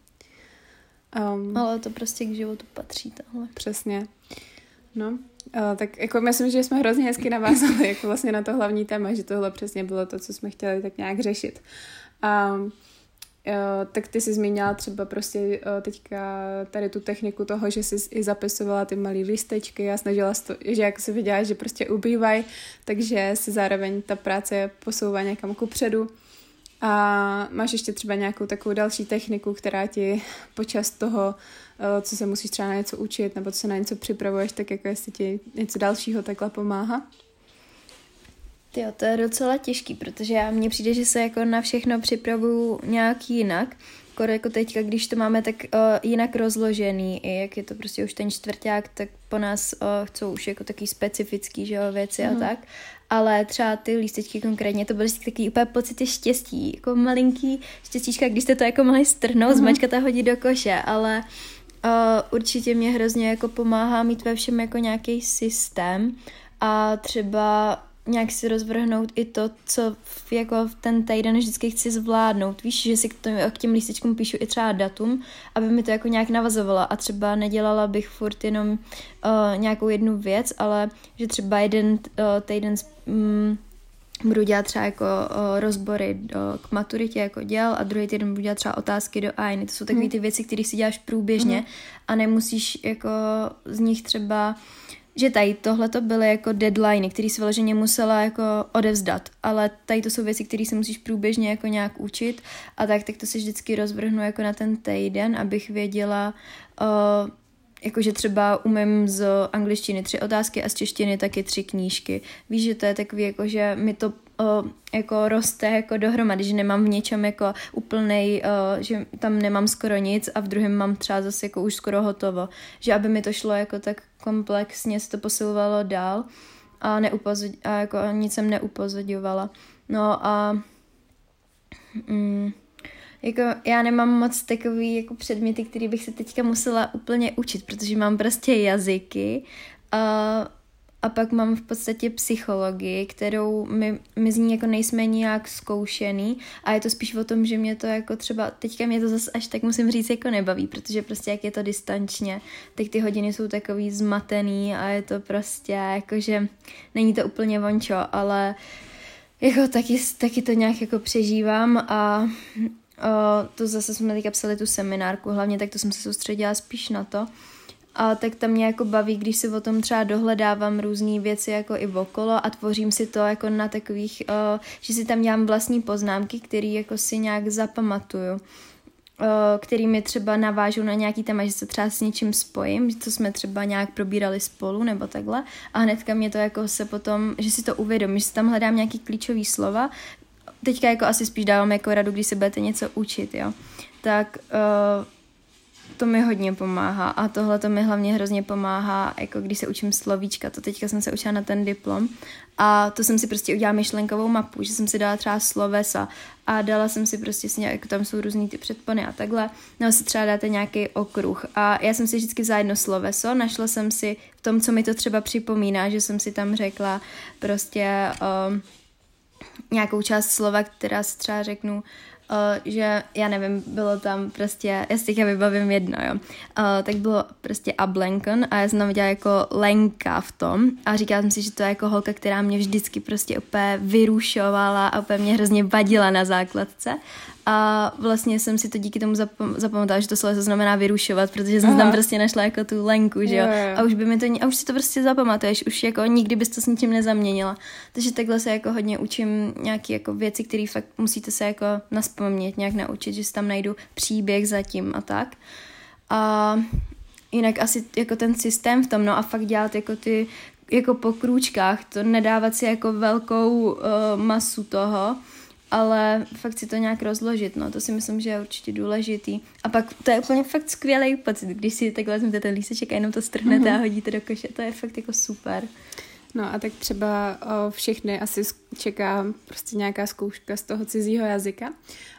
Um, Ale to prostě k životu patří tohle. Přesně. No, uh, tak jako myslím, že jsme hrozně hezky navázali jako vlastně na to hlavní téma, že tohle přesně bylo to, co jsme chtěli tak nějak řešit. Um, Uh, tak ty jsi zmínila třeba prostě uh, teďka tady tu techniku toho, že jsi i zapisovala ty malý lístečky a snažila se to, že jak jsi viděla, že prostě ubývají, takže se zároveň ta práce posouvá někam kupředu. A máš ještě třeba nějakou takovou další techniku, která ti počas toho, uh, co se musíš třeba na něco učit nebo co se na něco připravuješ, tak jako jestli ti něco dalšího takhle pomáhá? Jo, to je docela těžký, protože já mně přijde, že se jako na všechno připravuju nějak jinak. Skoro jako teďka, když to máme tak uh, jinak rozložený, i jak je to prostě už ten čtvrťák, tak po nás uh, chcou už jako taky specifický, že jo, věci mm. a tak. Ale třeba ty lístečky konkrétně, to byly takový úplně pocity štěstí, jako malinký štěstíčka, když jste to jako mohli strhnout, mm. zmačkat a hodit do koše, ale uh, určitě mě hrozně jako pomáhá mít ve všem jako nějaký systém a třeba nějak si rozvrhnout i to, co v, jako v ten týden vždycky chci zvládnout. Víš, že si k, tom, k těm lístečkům píšu i třeba datum, aby mi to jako nějak navazovalo a třeba nedělala bych furt jenom uh, nějakou jednu věc, ale že třeba jeden uh, týden um, budu dělat třeba jako uh, rozbory do, k maturitě jako děl a druhý týden budu dělat třeba otázky do á í en. To jsou takové ty věci, které si děláš průběžně mm. a nemusíš jako z nich třeba že tady tohle to byly jako deadliny, které si vyloženě musela jako odevzdat, ale tady to jsou věci, které se musíš průběžně jako nějak učit a tak, tak to si vždycky rozvrhnu jako na ten týden, abych věděla, uh, jakože třeba umím z angličtiny tři otázky a z češtiny taky tři knížky. Víš, že to je takový, jako, že mi to uh, jako roste jako dohromady, že nemám v něčem jako úplnej, uh, že tam nemám skoro nic a v druhém mám třeba zase jako už skoro hotovo. Že aby mi to šlo jako tak komplexně, se to posilovalo dál a, neupozor- a jako nic jsem neupozoďovala. No a mm, jako já nemám moc takový jako předměty, který bych se teďka musela úplně učit, protože mám prostě jazyky a A pak mám v podstatě psychologii, kterou my, my z ní jako nejsme nijak zkoušený a je to spíš o tom, že mě to jako třeba, teďka mě to zase až tak musím říct jako nebaví, protože prostě jak je to distančně, tak ty hodiny jsou takový zmatený a je to prostě jakože není to úplně vončo, ale jako taky, taky to nějak jako přežívám a o, to zase jsme teďka psali tu seminárku, hlavně tak to jsem se soustředila spíš na to. A tak tam mě jako baví, když si o tom třeba dohledávám různé věci jako i okolo a tvořím si to jako na takových, uh, že si tam dělám vlastní poznámky, které jako si nějak zapamatuju, uh, který mi třeba navážou na nějaký téma, že se třeba s něčím spojím, co jsme třeba nějak probírali spolu nebo takhle a hnedka mě to jako se potom, že si to uvědomím, že si tam hledám nějaký klíčový slova, teďka jako asi spíš dávám jako radu, když se budete něco učit, jo, tak uh, to mi hodně pomáhá a tohle to mi hlavně hrozně pomáhá, jako když se učím slovíčka, to teďka jsem se učila na ten diplom a to jsem si prostě udělala myšlenkovou mapu, že jsem si dala třeba slovesa a dala jsem si prostě si nějak, tam jsou různý ty předpony a takhle, nebo si třeba dáte nějaký okruh a já jsem si vždycky vzala jedno sloveso, našla jsem si v tom, co mi to třeba připomíná, že jsem si tam řekla prostě um, nějakou část slova, která si třeba řeknu, Uh, že já nevím, bylo tam prostě, já si teďka vybavím jedno, jo, uh, tak bylo prostě Ablenkon a já jsem tam viděla jako Lenka v tom a říkala jsem si, že to je jako holka, která mě vždycky prostě úplně vyrušovala a úplně mě hrozně vadila na základce a vlastně jsem si to díky tomu zapom- zapamatovala, že to slovo znamená vyrušovat, protože jsem Aha. tam prostě našla jako tu Lenku, že jo, jo, jo. A už by mi to, a už si to prostě zapamatuješ, už jako nikdy bys to s ničím nezaměnila, takže takhle se jako hodně učím nějaký jako věci, které fakt musíte se jako naspomnět, nějak naučit, že si tam najdu příběh zatím a tak. A jinak asi jako ten systém v tom, no a fakt dělat jako ty, jako po krůčkách, to nedávat si jako velkou uh, masu toho, ale fakt si to nějak rozložit, no, to si myslím, že je určitě důležitý. A pak to je úplně fakt skvělý pocit, když si takhle vezmete ten lísteček a jenom to strhnete mm-hmm. a hodíte do koše, to je fakt jako super. No a tak třeba o všechny asi čeká prostě nějaká zkouška z toho cizího jazyka.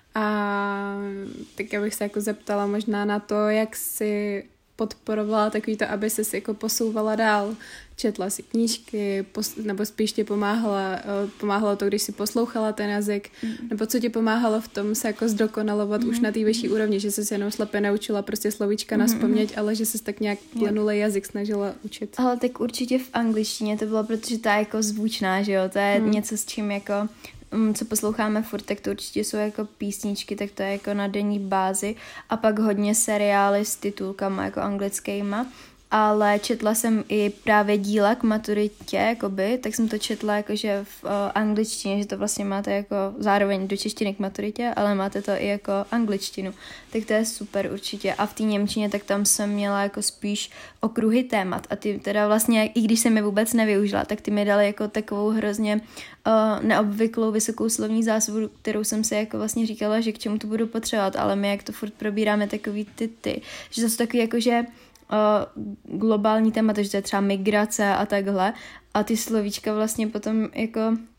A tak já bych se jako zeptala možná na to, jak si podporovala takový to, aby ses jako posouvala dál. Četla si knížky, pos- nebo spíš ti pomáhala, pomáhalo to, když si poslouchala ten jazyk, mm. nebo co ti pomáhalo v tom se jako zdokonalovat mm. už na té vyšší úrovni, že jsi se jenom slepě naučila prostě slovíčka mm. nazpaměť, ale že jsi tak nějak plynulý jazyk snažila učit. Ale tak určitě v angličtině to bylo, protože ta je jako zvučná, že jo, to je mm. něco, s čím jako co posloucháme furt, tak to určitě jsou jako písničky, tak to je jako na denní bázi a pak hodně seriály s titulkama jako anglickýma, ale četla jsem i právě díla k maturitě, jakoby, tak jsem to četla jakože v uh, angličtině, že to vlastně máte jako zároveň do češtiny k maturitě, ale máte to i jako angličtinu, tak to je super určitě. A v té němčině, tak tam jsem měla jako spíš okruhy témat a ty teda vlastně, i když jsem je vůbec nevyužila, tak ty mi dali jako takovou hrozně uh, neobvyklou vysokou slovní zásobu, kterou jsem si jako vlastně říkala, že k čemu to budu potřebovat, ale my jak to furt probíráme takový ty ty, že to jsou takový jako, že Uh, globální téma, takže to je třeba migrace a takhle. A ty slovíčka vlastně potom jako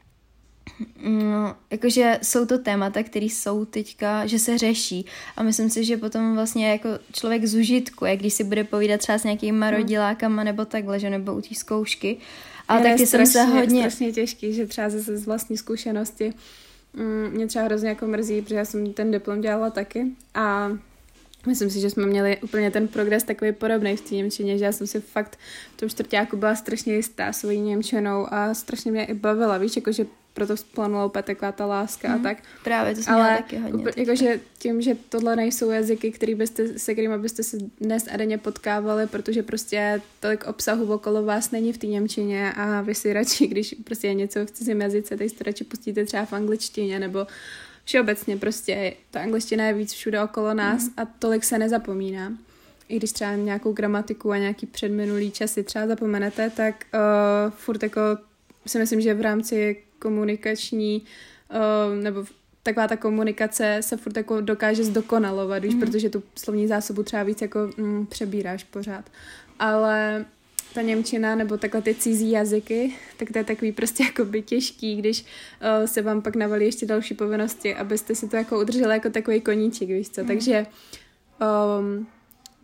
no, jakože jsou to témata, které jsou teďka, že se řeší. A myslím si, že potom vlastně jako člověk z užitkuje, když si bude povídat třeba s nějakýma rodilákama nebo takhle, že nebo u té zkoušky. Ale je taky strašně, jsem se hodně... strašně těžký, že třeba zase z vlastní zkušenosti mm, mě třeba hrozně jako mrzí, protože já jsem ten diplom dělala taky a myslím si, že jsme měli úplně ten progres takový podobný v té němčině, že já jsem si fakt v tom čtvrťáku byla strašně jistá svojí němčinou a strašně mě i bavila, víš, jakože proto splanula úplně taková ta láska mm, a tak. Právě, to jsem ale měla taky hodně. Ale jakože tím, že tohle nejsou jazyky, který byste, se kterými byste se dnes a denně potkávali, protože prostě tolik obsahu okolo vás není v té němčině a vy si radši, když prostě je něco v cizím jazyce, tak si to radši pustíte třeba v angličtině nebo všeobecně prostě ta angličtina je víc všude okolo nás mm. a tolik se nezapomíná. I když třeba nějakou gramatiku a nějaký předminulý časy třeba zapomenete, tak uh, furt jako si myslím, že v rámci komunikační uh, nebo taková ta komunikace se furt jako dokáže zdokonalovat, víš, mm. protože tu slovní zásobu třeba víc jako mm, přebíráš pořád. Ale ta němčina nebo takhle ty cizí jazyky, tak to je takový prostě jakoby těžký, když uh, se vám pak navalí ještě další povinnosti, abyste si to jako udrželi jako takový koníček, víš co. Mm. Takže um,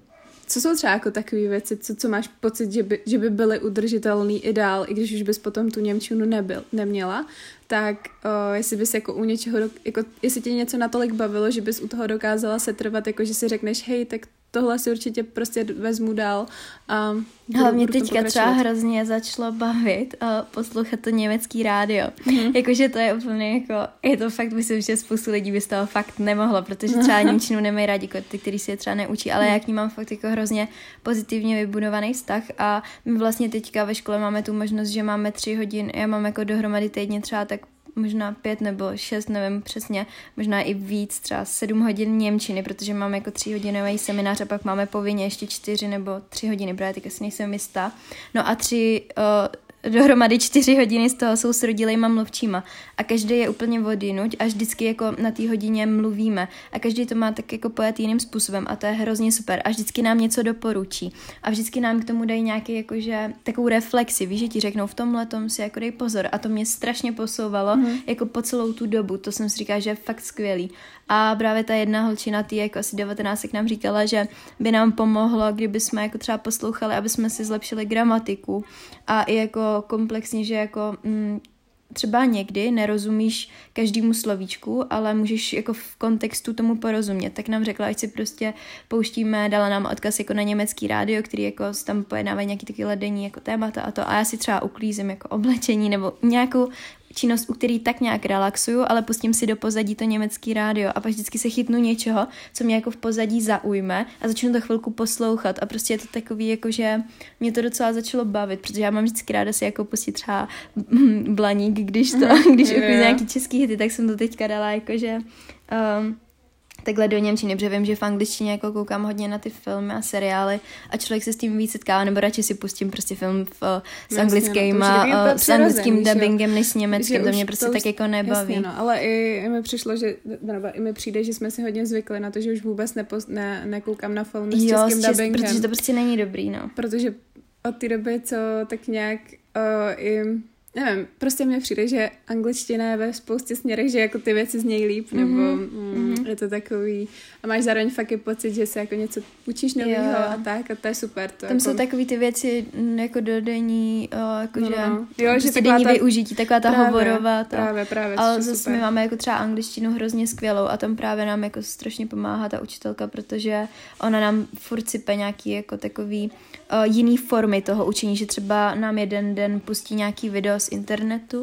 co jsou třeba jako takové věci, co, co máš pocit, že by, že by byly udržitelný i dál, i když už bys potom tu němčinu nebyl, neměla, tak o, jestli bys jako u něčeho, jako, jestli tě něco natolik bavilo, že bys u toho dokázala setrvat, jako že si řekneš, hej, tak tohle si určitě prostě vezmu dál. A hlavně teďka třeba hrozně začalo bavit a poslouchat to německý rádio. Mm-hmm. Jakože to je úplně jako, je to fakt, myslím, že spoustu lidí by z toho fakt nemohlo, protože třeba němčinu nemají rádi, jako ty, který si je třeba neučí, ale mm. já k ní mám fakt jako hrozně pozitivně vybudovaný vztah a my vlastně teďka ve škole máme tu možnost, že máme tři hodiny, já mám jako dohromady týdně třeba tak možná pět nebo šest, nevím přesně, možná i víc, třeba sedm hodin němčiny, protože máme jako tříhodinový seminář a pak máme povinně ještě čtyři nebo tři hodiny, právě teď asi nejsem jistá. No a tři, uh, dohromady čtyři hodiny z toho jsou s rodilejma mluvčíma a každý je úplně odjinuť a vždycky jako na té hodině mluvíme a každý to má tak jako pojat jiným způsobem a to je hrozně super a vždycky nám něco doporučí a vždycky nám k tomu dají nějaký jakože takovou reflexi, víš, že ti řeknou v tomhletom si jako dej pozor a to mě strašně posouvalo mm. jako po celou tu dobu, to jsem si říkala, že je fakt skvělý. A právě ta jedna holčina, ty jako asi devatenáct, jak nám říkala, že by nám pomohlo, kdyby jsme jako třeba poslouchali, aby jsme si zlepšili gramatiku a i jako komplexně, že jako mm, třeba někdy nerozumíš každému slovíčku, ale můžeš jako v kontextu tomu porozumět. Tak nám řekla, ať si prostě pouštíme, dala nám odkaz jako na německý rádio, který jako tam pojednávají nějaký taky denní jako témata a to. A já si třeba uklízím jako oblečení nebo nějakou činnost, u který tak nějak relaxuju, ale pustím si do pozadí to německý rádio a pak vždycky se chytnu něčeho, co mě jako v pozadí zaujme a začnu to chvilku poslouchat a prostě je to takový, jako že mě to docela začalo bavit, protože já mám vždycky ráda si jako pustit třeba Blaník, když to, mm, když uklízím nějaký český hity, tak jsem to teďka dala jakože um, takhle do němčiny, protože vím, že v angličtině jako koukám hodně na ty filmy a seriály a člověk se s tím víc setkává, nebo radši si pustím prostě film v, s anglickým, no, s anglickým dubbingem než s německým, to mě prostě to už, tak jako nebaví. Jasně, no, ale i, i mi přišlo, že, nebo i mi přijde, že jsme si hodně zvykli na to, že už vůbec nepo, ne, nekoukám na filmy s jo, českým s čes, dubbingem. Protože to prostě není dobrý, no. Protože od té doby, co tak nějak uh, i nevím, prostě mně přijde, že angličtina je ve spoustě směrech, že jako ty věci znějí líp, nebo mm-hmm. mm, je to takový, a máš zároveň fakt i pocit, že se jako něco učíš novýho a tak, a to je super. To tam jako... jsou takový ty věci jako do denní, jakože no, no. Jo, prostě denní ta... využití, taková ta právě, hovorová. Ta... Právě, právě. Ale zase super. My máme jako třeba angličtinu hrozně skvělou a tam právě nám jako strašně pomáhá ta učitelka, protože ona nám furt sype nějaký jako takový uh, jiný formy toho učení, že třeba nám jeden den pustí nějaký video z internetu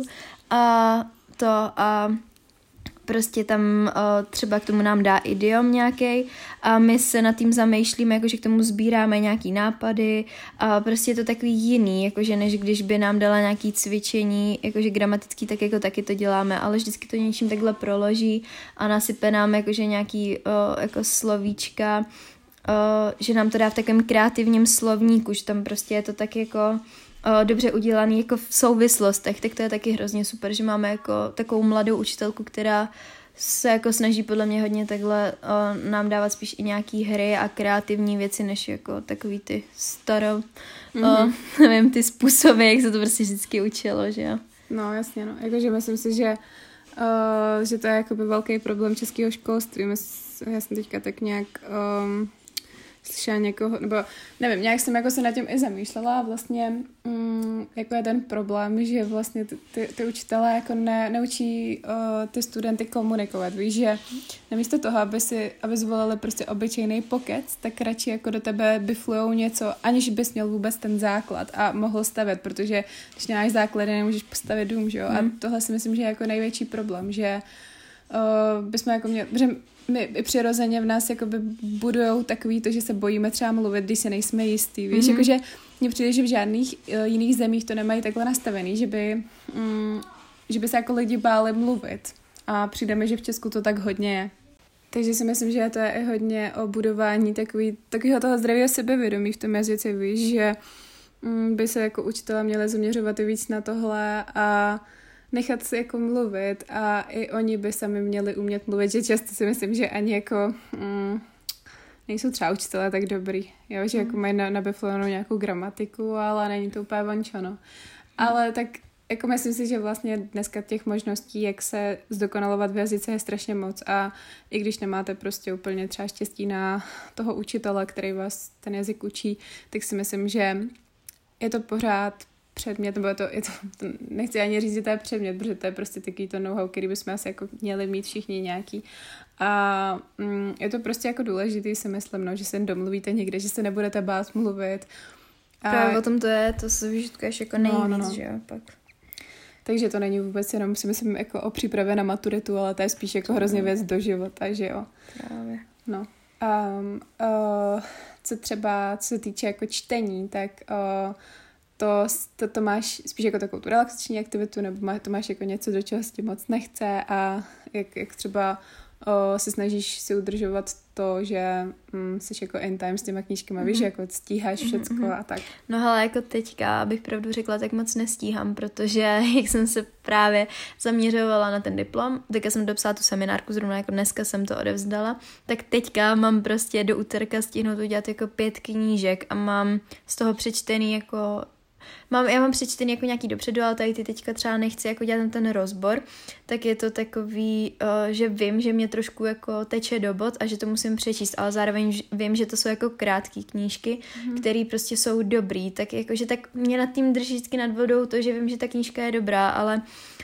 a to a prostě tam uh, třeba k tomu nám dá idiom nějaký a my se nad tím zamýšlíme, jakože k tomu sbíráme nějaký nápady a prostě je to takový jiný, jakože než když by nám dala nějaký cvičení, jakože gramatický, tak jako taky to děláme, ale vždycky to něčím takhle proloží a nasype nám jakože nějaký uh, jako slovíčka, uh, že nám to dá v takovém kreativním slovníku, že tam prostě je to tak jako dobře udělaný jako v souvislostech, tak to je taky hrozně super, že máme jako takovou mladou učitelku, která se jako snaží podle mě hodně takhle o, nám dávat spíš i nějaký hry a kreativní věci, než jako takový ty staro, mm-hmm. o, nevím, ty způsoby, jak se to prostě vždycky učilo, že jo. No jasně, no, jakože myslím si, že uh, že to je jakoby velký problém českého školství. Já jsem teďka tak nějak um, slyšela někoho, nebo nevím, nějak jsem jako se nad tím i zamýšlela a vlastně mm, jako je ten problém, že vlastně ty, ty, ty učitelé jako ne, neučí uh, ty studenty komunikovat, víš, že namísto toho, aby si, aby zvolili prostě obyčejný pokec, tak radši jako do tebe biflujou něco, aniž bys měl vůbec ten základ a mohl stavět, protože když nemáš základy, nemůžeš postavit dům, že jo, mm. a tohle si myslím, že je jako největší problém, že uh, bychom jako měli, protože my i přirozeně v nás jakoby budujou takový to, že se bojíme třeba mluvit, když se nejsme jistý, víš, mm-hmm. jakože mně přijde, že v žádných uh, jiných zemích to nemají takhle nastavený, že by, um, že by se jako lidi báli mluvit a přijde mi, že v Česku to tak hodně je. Takže si myslím, že to je i hodně o budování takový, takového toho zdravého sebevědomí v tom jazyce, víš, že um, by se jako učitelé měli zaměřovat i víc na tohle a nechat si jako mluvit a i oni by sami měli umět mluvit, že často si myslím, že ani jako mm, nejsou třeba učitelé tak dobrý, jo, že mm. jako mají na, nabiflovanou nějakou gramatiku, ale není to úplně vančano. Mm. Ale tak jako myslím si, že vlastně dneska těch možností, jak se zdokonalovat v jazyce, je strašně moc a i když nemáte prostě úplně třeba štěstí na toho učitele, který vás ten jazyk učí, tak si myslím, že je to pořád předmět, nebo je to, je to, to nechci ani říct, že to je předmět, protože to je prostě takový to know-how, který bychom asi jako měli mít všichni nějaký. A mm, je to prostě jako důležitý, si myslím, no, že se domluvíte někde, že se nebudete bát mluvit. A... Právě o tom to je, to se vyžitkuješ jako nejvíc, no, no, no. že jo, pak. Takže to není vůbec jenom, si myslím, jako o přípravě na maturitu, ale to je spíš jako hrozně věc do života, že jo. Právě. No. Um, uh, co třeba, co se týče jako čtení, tak uh, to, to, to máš spíš jako takovou tu relaxační aktivitu, nebo má, to máš jako něco, do čeho si moc nechce a jak, jak třeba o, se snažíš si udržovat to, že mm, jsi jako in time s těma knížkama, mm-hmm. víš, jako stíháš všecko mm-hmm. a tak. No hele, jako teďka, abych pravdu řekla, tak moc nestíhám, protože jak jsem se právě zaměřovala na ten diplom, teďka jsem dopsala tu seminárku, zrovna jako dneska jsem to odevzdala, tak teďka mám prostě do úterka stihnout udělat jako pět knížek a mám z toho přečtený jako Mám, já mám přečtený jako nějaký dopředu, ale tady ty teďka třeba nechci jako dělat ten rozbor, tak je to takový, uh, že vím, že mě trošku jako teče do bod a že to musím přečíst, ale zároveň vím, že to jsou jako krátké knížky, mm. které prostě jsou dobrý, tak jakože tak mě nad tím drží vždycky nad vodou to, že vím, že ta knížka je dobrá, ale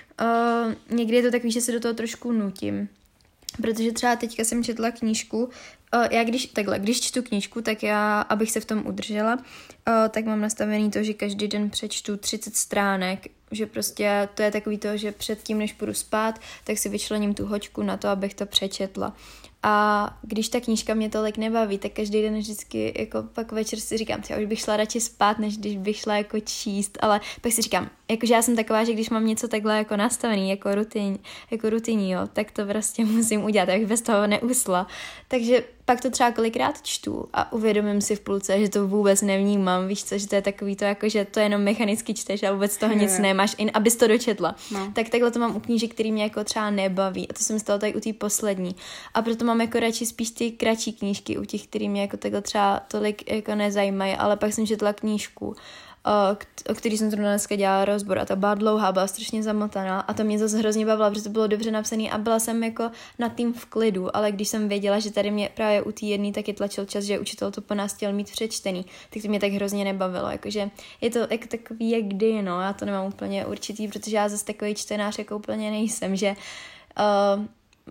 uh, někdy je to takový, že se do toho trošku nutím. Protože třeba teďka jsem četla knížku, já když, takhle, když čtu knížku, tak já, abych se v tom udržela, tak mám nastavený to, že každý den přečtu třicet stránek, že prostě to je takový to, že předtím, než půjdu spát, tak si vyčlením tu hoďku na to, abych to přečetla. A když ta knížka mě tolik nebaví, tak každý den vždycky jako pak večer si říkám, já už bych šla radši spát, než když bych šla jako číst, ale pak si říkám, jakože já jsem taková, že když mám něco takhle jako nastavený, jako rutin, jako rutinní, jo, tak to prostě musím udělat, abych bez toho neusla. Takže pak to třeba kolikrát čtu a uvědomím si v půlce, že to vůbec nevnímám, víš co, že to je takový to, jako, že to jenom mechanicky čteš a vůbec toho nic nemáš, jen abys to dočetla. No. Tak takhle to mám u knížek, který mě jako třeba nebaví a to jsem stala tady u té poslední. A proto mám jako radši spíš ty kratší knížky u těch, který mě jako takhle třeba tolik jako nezajímají, ale pak jsem četla knížku, o který jsem zrovna dneska dělala rozbor a ta byla dlouhá, byla strašně zamotaná a to mě zase hrozně bavilo, protože to bylo dobře napsané a byla jsem jako nad tím v klidu, ale když jsem věděla, že tady mě právě u té jedné taky tlačil čas, že učitel to po nás chtěl mít přečtený, tak to mě tak hrozně nebavilo, jakože je to jako takový jak kdy, no, já to nemám úplně určitý, protože já zase takový čtenář jako úplně nejsem, že uh,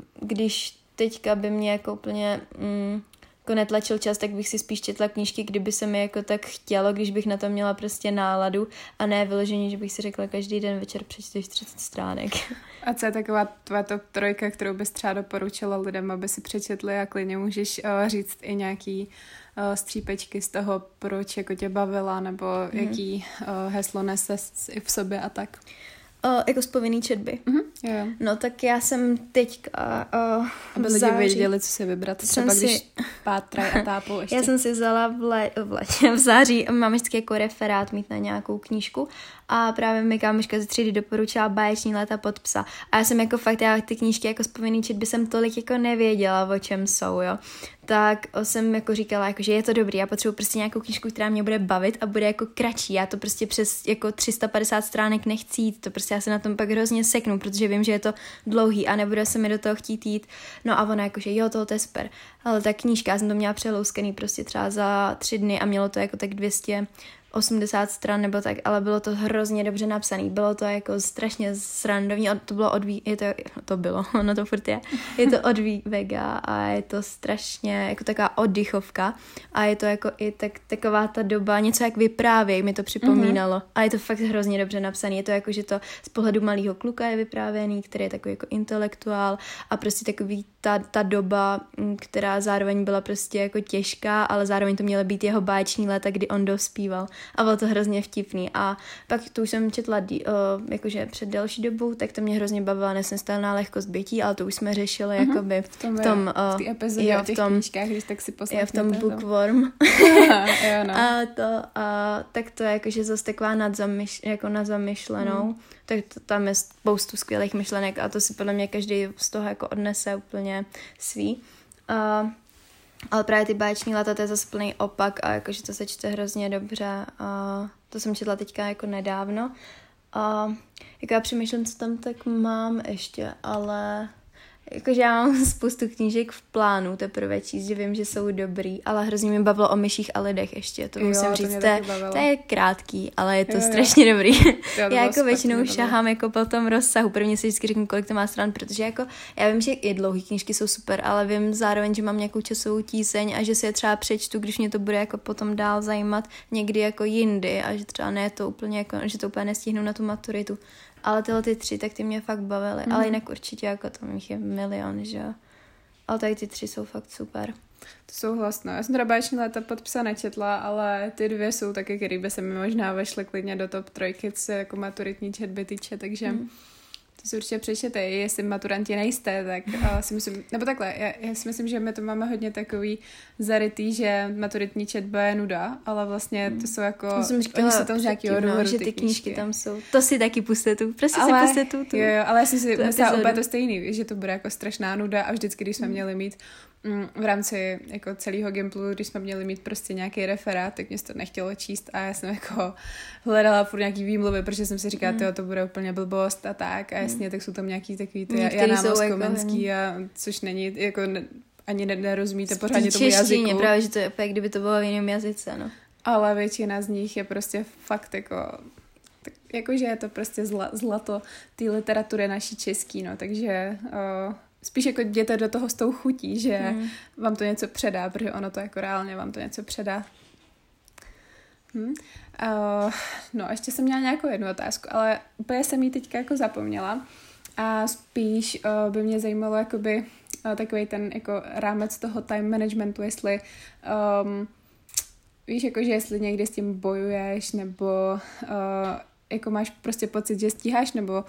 když teďka by mě jako úplně mm, jako netlačil čas, tak bych si spíš četla knížky, kdyby se mi jako tak chtělo, když bych na to měla prostě náladu a ne vyloženě, že bych si řekla každý den večer přečteš třicet stránek. A co je taková tvoje top trojka, kterou bys třeba doporučila lidem, aby si přečetli a klidně můžeš uh, říct i nějaký uh, střípečky z toho, proč jako tě bavila, nebo mm. jaký uh, heslo nese i v sobě a tak. Uh, jako z povinný četby. Uh-huh, jo, jo. No tak já jsem teďka uh, aby lidi září... věděli, co si vybrat. Třeba si... když pátraj a tápou ještě. Já jsem si vzala v, le... v letě, v září, mám vždycky jako referát mít na nějakou knížku a právě mi kámoška ze třídy doporučila Báječní léta pod psa. A já jsem jako fakt, já ty knížky jako z povinný četby jsem tolik jako nevěděla, o čem jsou, jo. Tak jsem jako říkala, jako, že je to dobrý, já potřebuji prostě nějakou knížku, která mě bude bavit a bude jako kratší, já to prostě přes jako tři sta padesát stránek nechci jít, to prostě já se na tom pak hrozně seknu, protože vím, že je to dlouhý a nebude se mi do toho chtít jít, no a ona jako, že jo, toho to je super, ale ta knížka, já jsem to měla přelouskaný prostě třeba za tři dny a mělo to jako tak dvě stě osmdesát stran nebo tak, ale bylo to hrozně dobře napsaný, bylo to jako strašně srandovní, to bylo od Ví, je to, to bylo, ono to furt je, je to od Ví Vega a je to strašně jako taková oddychovka a je to jako i tak, taková ta doba, něco jak vyprávěj, mi to připomínalo mm-hmm. a je to fakt hrozně dobře napsaný, je to jako, že to z pohledu malého kluka je vyprávěný, který je takový jako intelektuál a prostě takový ta, ta doba, která zároveň byla prostě jako těžká, ale zároveň to mělo být jeho báječní léta, kdy on dospíval. A bylo to hrozně vtipný. A pak tu už jsem četla uh, jakože před delší dobou, tak to mě hrozně bavila nesnestelná lehkost bytí, ale to už jsme řešili uh-huh. jakoby v tom, v tom uh, v té epizodě o těch knížkách, když tak si poslechněte. V tom bookworm. jo, no. A to, a, tak to je jakože zase taková nadzamyš, jako na zamyšlenou. Hmm. Tak to, tam je spoustu skvělých myšlenek a to si podle mě každý z toho jako odnese úplně svý. Uh, Ale právě ty báječní léta, to je zase plný opak a jakože to se čte hrozně dobře. A to jsem četla teďka jako nedávno. A jako já přemýšlím, co tam tak mám ještě, ale jakože já mám spoustu knížek v plánu teprve číst, že vím, že jsou dobrý, ale hrozně mě bavilo o myších a lidech ještě, to musím jo, říct, to, je, to je krátký, ale je to jo, strašně jo. dobrý. Jo, já jako většinou šahám jako po tom rozsahu, prvně si vždycky řeknu, kolik to má stran, protože jako já vím, že i dlouhý knížky jsou super, ale vím zároveň, že mám nějakou časovou tíseň a že si je třeba přečtu, když mě to bude jako potom dál zajímat někdy jako jindy a že třeba ne to úplně jako, že to úplně nestihnu na tu maturitu. Ale tyhle ty tři, tak ty mě fakt bavily. Mm. Ale jinak určitě jako tam jich je milion, že jo. Ale tady ty tři jsou fakt super. To souhlasno. Já jsem teda báječný léta podpisa nečetla, ale ty dvě jsou taky, které by se mi možná vešly klidně do top trojky, co jako maturitní četby týče, takže mm. to si určitě přečtěte. Jestli maturanti nejste, tak uh, si myslím, nebo takhle, já, já si myslím, že my to máme hodně takový zarytý, že maturitní četba je nuda, ale vlastně to jsou jako, jsem říkala, oni jsou tam z nějakého důvodu že ty knížky. knížky tam jsou. To si taky puste tu, prostě ale, si puste tu. tu jo, jo, ale já jsem si myslela úplně to stejný, že to bude jako strašná nuda a vždycky, když jsme mm. měli mít mm, v rámci jako celého Gimplu, když jsme měli mít prostě nějaký referát, tak mě to nechtělo číst a já jsem jako hledala furt nějaký výmluvy, protože jsem si říkala, mm. to bude úplně blbost a tak a jasně, mm. tak jsou tam nějaký takový ty Jana Moskomenský jako, a což není jako ne, ani nerozumíte pořádně tomu jazyku. Právě, že to je úplně, kdyby to bylo v jiném jazyce, no. Ale většina z nich je prostě fakt jako, tak, jakože je to prostě zla, zlato té literatury naší český, no, takže uh, spíš jako jděte do toho s tou chutí, že mm. vám to něco předá, protože ono to jako reálně vám to něco předá. Hm? Uh, no, ještě jsem měla nějakou jednu otázku, ale úplně jsem ji teďka jako zapomněla a spíš uh, by mě zajímalo jakoby uh, takový ten jako rámec toho time managementu, jestli um, víš, jakože jestli někdy s tím bojuješ, nebo uh, jako máš prostě pocit, že stíháš, nebo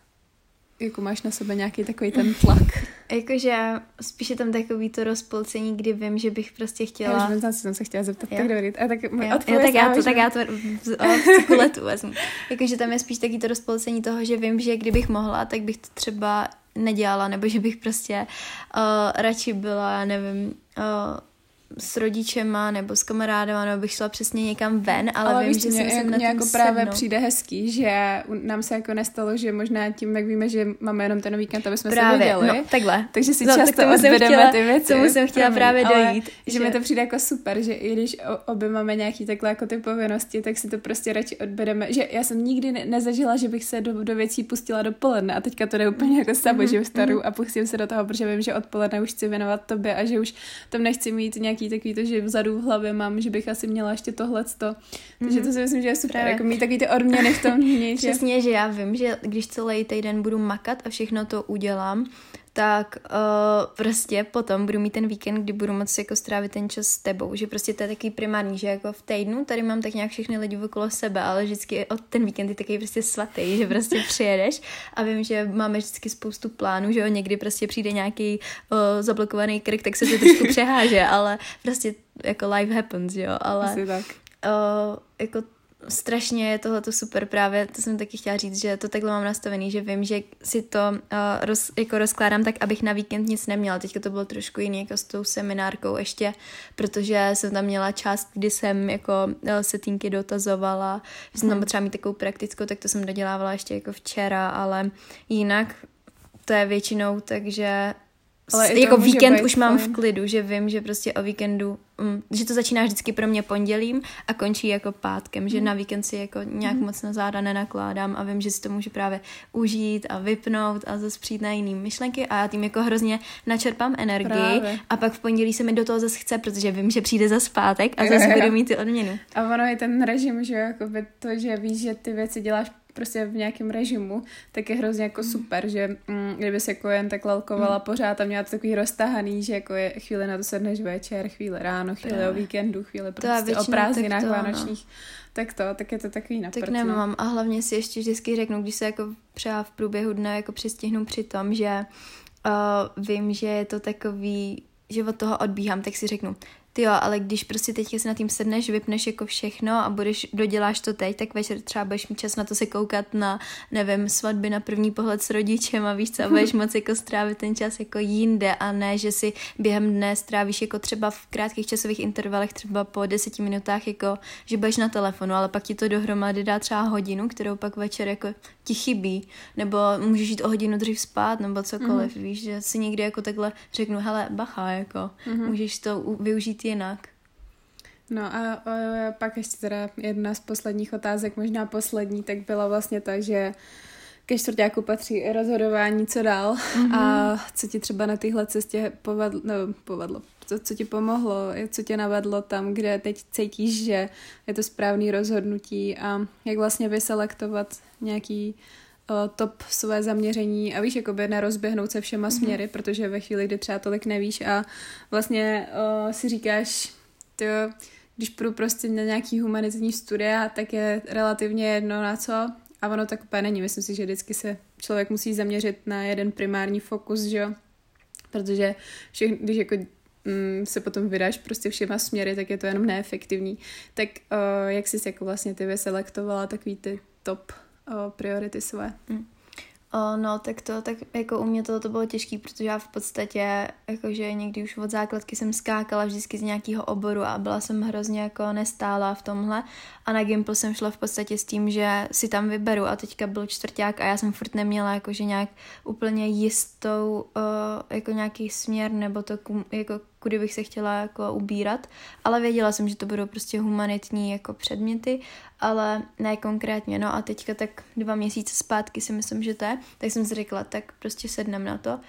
jako máš na sebe nějaký takový ten tlak. Jakože spíš je tam takový to rozpolcení, kdy vím, že bych prostě chtěla... Já už vím, jsem se chtěla zeptat, jo. tak dobrý. A tak, jo. Jo, tak, já to, tak já to v kuletu vezmu. Jakože tam je spíš taky to rozpolcení toho, že vím, že kdybych mohla, tak bych to třeba nedělala, nebo že bych prostě uh, radši byla, já nevím... Uh, s rodičema nebo s kamarádama, nebo bych šla přesně někam ven, ale, ale vím, víš, že si musím na tom jako právě sednout. Přijde hezký, že nám se jako nestalo, že možná tím, jak víme, že máme jenom ten víkend, aby jsme právě, se viděli. No, takhle. Takže si no, často odvedeme ty věci. Tomu jsem chtěla právě dojít. Že, že mi to přijde jako super, že i když obě máme nějaký takhle jako ty povinnosti, tak si to prostě radši odvedeme. Že já jsem nikdy ne- nezažila, že bych se do, do věcí pustila dopoledne a teďka to jde úplně jako samo, mm-hmm. že vstaru mm-hmm. a pustím se do toho, protože vím, že odpoledne už chci věnovat tobě a že už tam nechci mít nějaký takový to, že vzadu v hlavě mám, že bych asi měla ještě tohleto. Takže mm-hmm. to si myslím, že je super. Právě. Jako mít takový ty odměny v tom mějče. Přesně, že já vím, že když celý týden budu makat a všechno to udělám, tak uh, prostě potom budu mít ten víkend, kdy budu moct jako strávit ten čas s tebou, že prostě to je takový primární, že jako v týdnu tady mám tak nějak všechny lidi okolo sebe, ale vždycky od ten víkend je takový prostě svatý, že prostě přijedeš a vím, že máme vždycky spoustu plánů, že jo, někdy prostě přijde nějaký uh, zablokovaný krk, tak se to trošku přeháže, ale prostě jako life happens, jo, ale asi tak. Uh, jako strašně je tohleto super právě, to jsem taky chtěla říct, že to takhle mám nastavený, že vím, že si to uh, roz, jako rozkládám tak, abych na víkend nic neměla. Teďka to bylo trošku jiný jako s tou seminárkou ještě, protože jsem tam měla část, kdy jsem jako uh, setínky dotazovala, že jsem tam potřeba mít takovou praktickou, tak to jsem dodělávala ještě jako včera, ale jinak to je většinou, takže ale jako víkend už mám fajn. V klidu, že vím, že prostě o víkendu, um, že to začíná vždycky pro mě pondělím a končí jako pátkem, že mm. na víkend si jako nějak mm. moc na záda nenakládám a vím, že si to můžu právě užít a vypnout a zase přijít na jiný myšlenky a já tím jako hrozně načerpám energii právě. A pak v pondělí se mi do toho zase chce, protože vím, že přijde zase pátek a zase budu mít ty odměny. A ono je ten režim, že jako by to, že víš, že ty věci děláš prostě v nějakém režimu, tak je hrozně jako super, že mm, kdyby se jako jen tak lalkovala mm. pořád a měla to takový roztahaný, že jako je chvíli na to sedneš večer, chvíli ráno, chvíli Právě. O víkendu, chvíli prostě o prázdninách vánočních, no. tak to, tak je to takový na Tak nemám a hlavně si ještě vždycky řeknu, když se jako třeba v průběhu dne jako přistihnu při tom, že uh, vím, že je to takový, že od toho odbíhám, tak si řeknu, ty jo, ale když prostě teďka si na tím sedneš, vypneš jako všechno a budeš, doděláš to teď, tak večer třeba budeš mít čas na to se koukat na, nevím, svatby na první pohled s rodičem a víš co, a budeš moc jako strávit ten čas jako jinde a ne, že si během dne strávíš jako třeba v krátkých časových intervalech, třeba po deseti minutách, jako, že budeš na telefonu, ale pak ti to dohromady dá třeba hodinu, kterou pak večer jako ti chybí, nebo můžeš jít o hodinu dřív spát, nebo cokoliv, mm. víš, že si někdy jako takhle řeknu, hele, bacha, jako, mm. můžeš to využít jinak. No a, a pak ještě teda jedna z posledních otázek, možná poslední, tak byla vlastně ta, že ke čtvrťáku patří rozhodování, co dál mm-hmm. a co ti třeba na téhle cestě povedlo, no, povedlo, co, co ti pomohlo, co tě navedlo tam, kde teď cítíš, že je to správný rozhodnutí a jak vlastně vyselektovat nějaký uh, top své zaměření a víš, jakoby nerozběhnout se všema mm-hmm. směry, protože ve chvíli, kdy třeba tolik nevíš a vlastně uh, si říkáš, tyjo, když půjdu prostě na nějaký humanitní studia, tak je relativně jedno na co. A ono tak úplně není. Myslím si, že vždycky se člověk musí zaměřit na jeden primární fokus, že jo? Protože všechny, když jako mm, se potom vydáš prostě všema směry, tak je to jenom neefektivní. Tak uh, jak jsi jako vlastně ty vyselektovala takový ty top uh, priority své? Mm. O, no, tak to, tak jako u mě to, to bylo těžký, protože já v podstatě, jakože někdy už od základky jsem skákala vždycky z nějakého oboru a byla jsem hrozně jako nestálá v tomhle a na Gimpl jsem šla v podstatě s tím, že si tam vyberu a teďka byl čtvrťák a já jsem furt neměla jakože nějak úplně jistou uh, jako nějaký směr nebo to jako kudy bych se chtěla jako ubírat, ale věděla jsem, že to budou prostě humanitní jako předměty, ale ne konkrétně, no a teďka tak dva měsíce zpátky si myslím, že to je, tak jsem si řekla, tak prostě sednem na to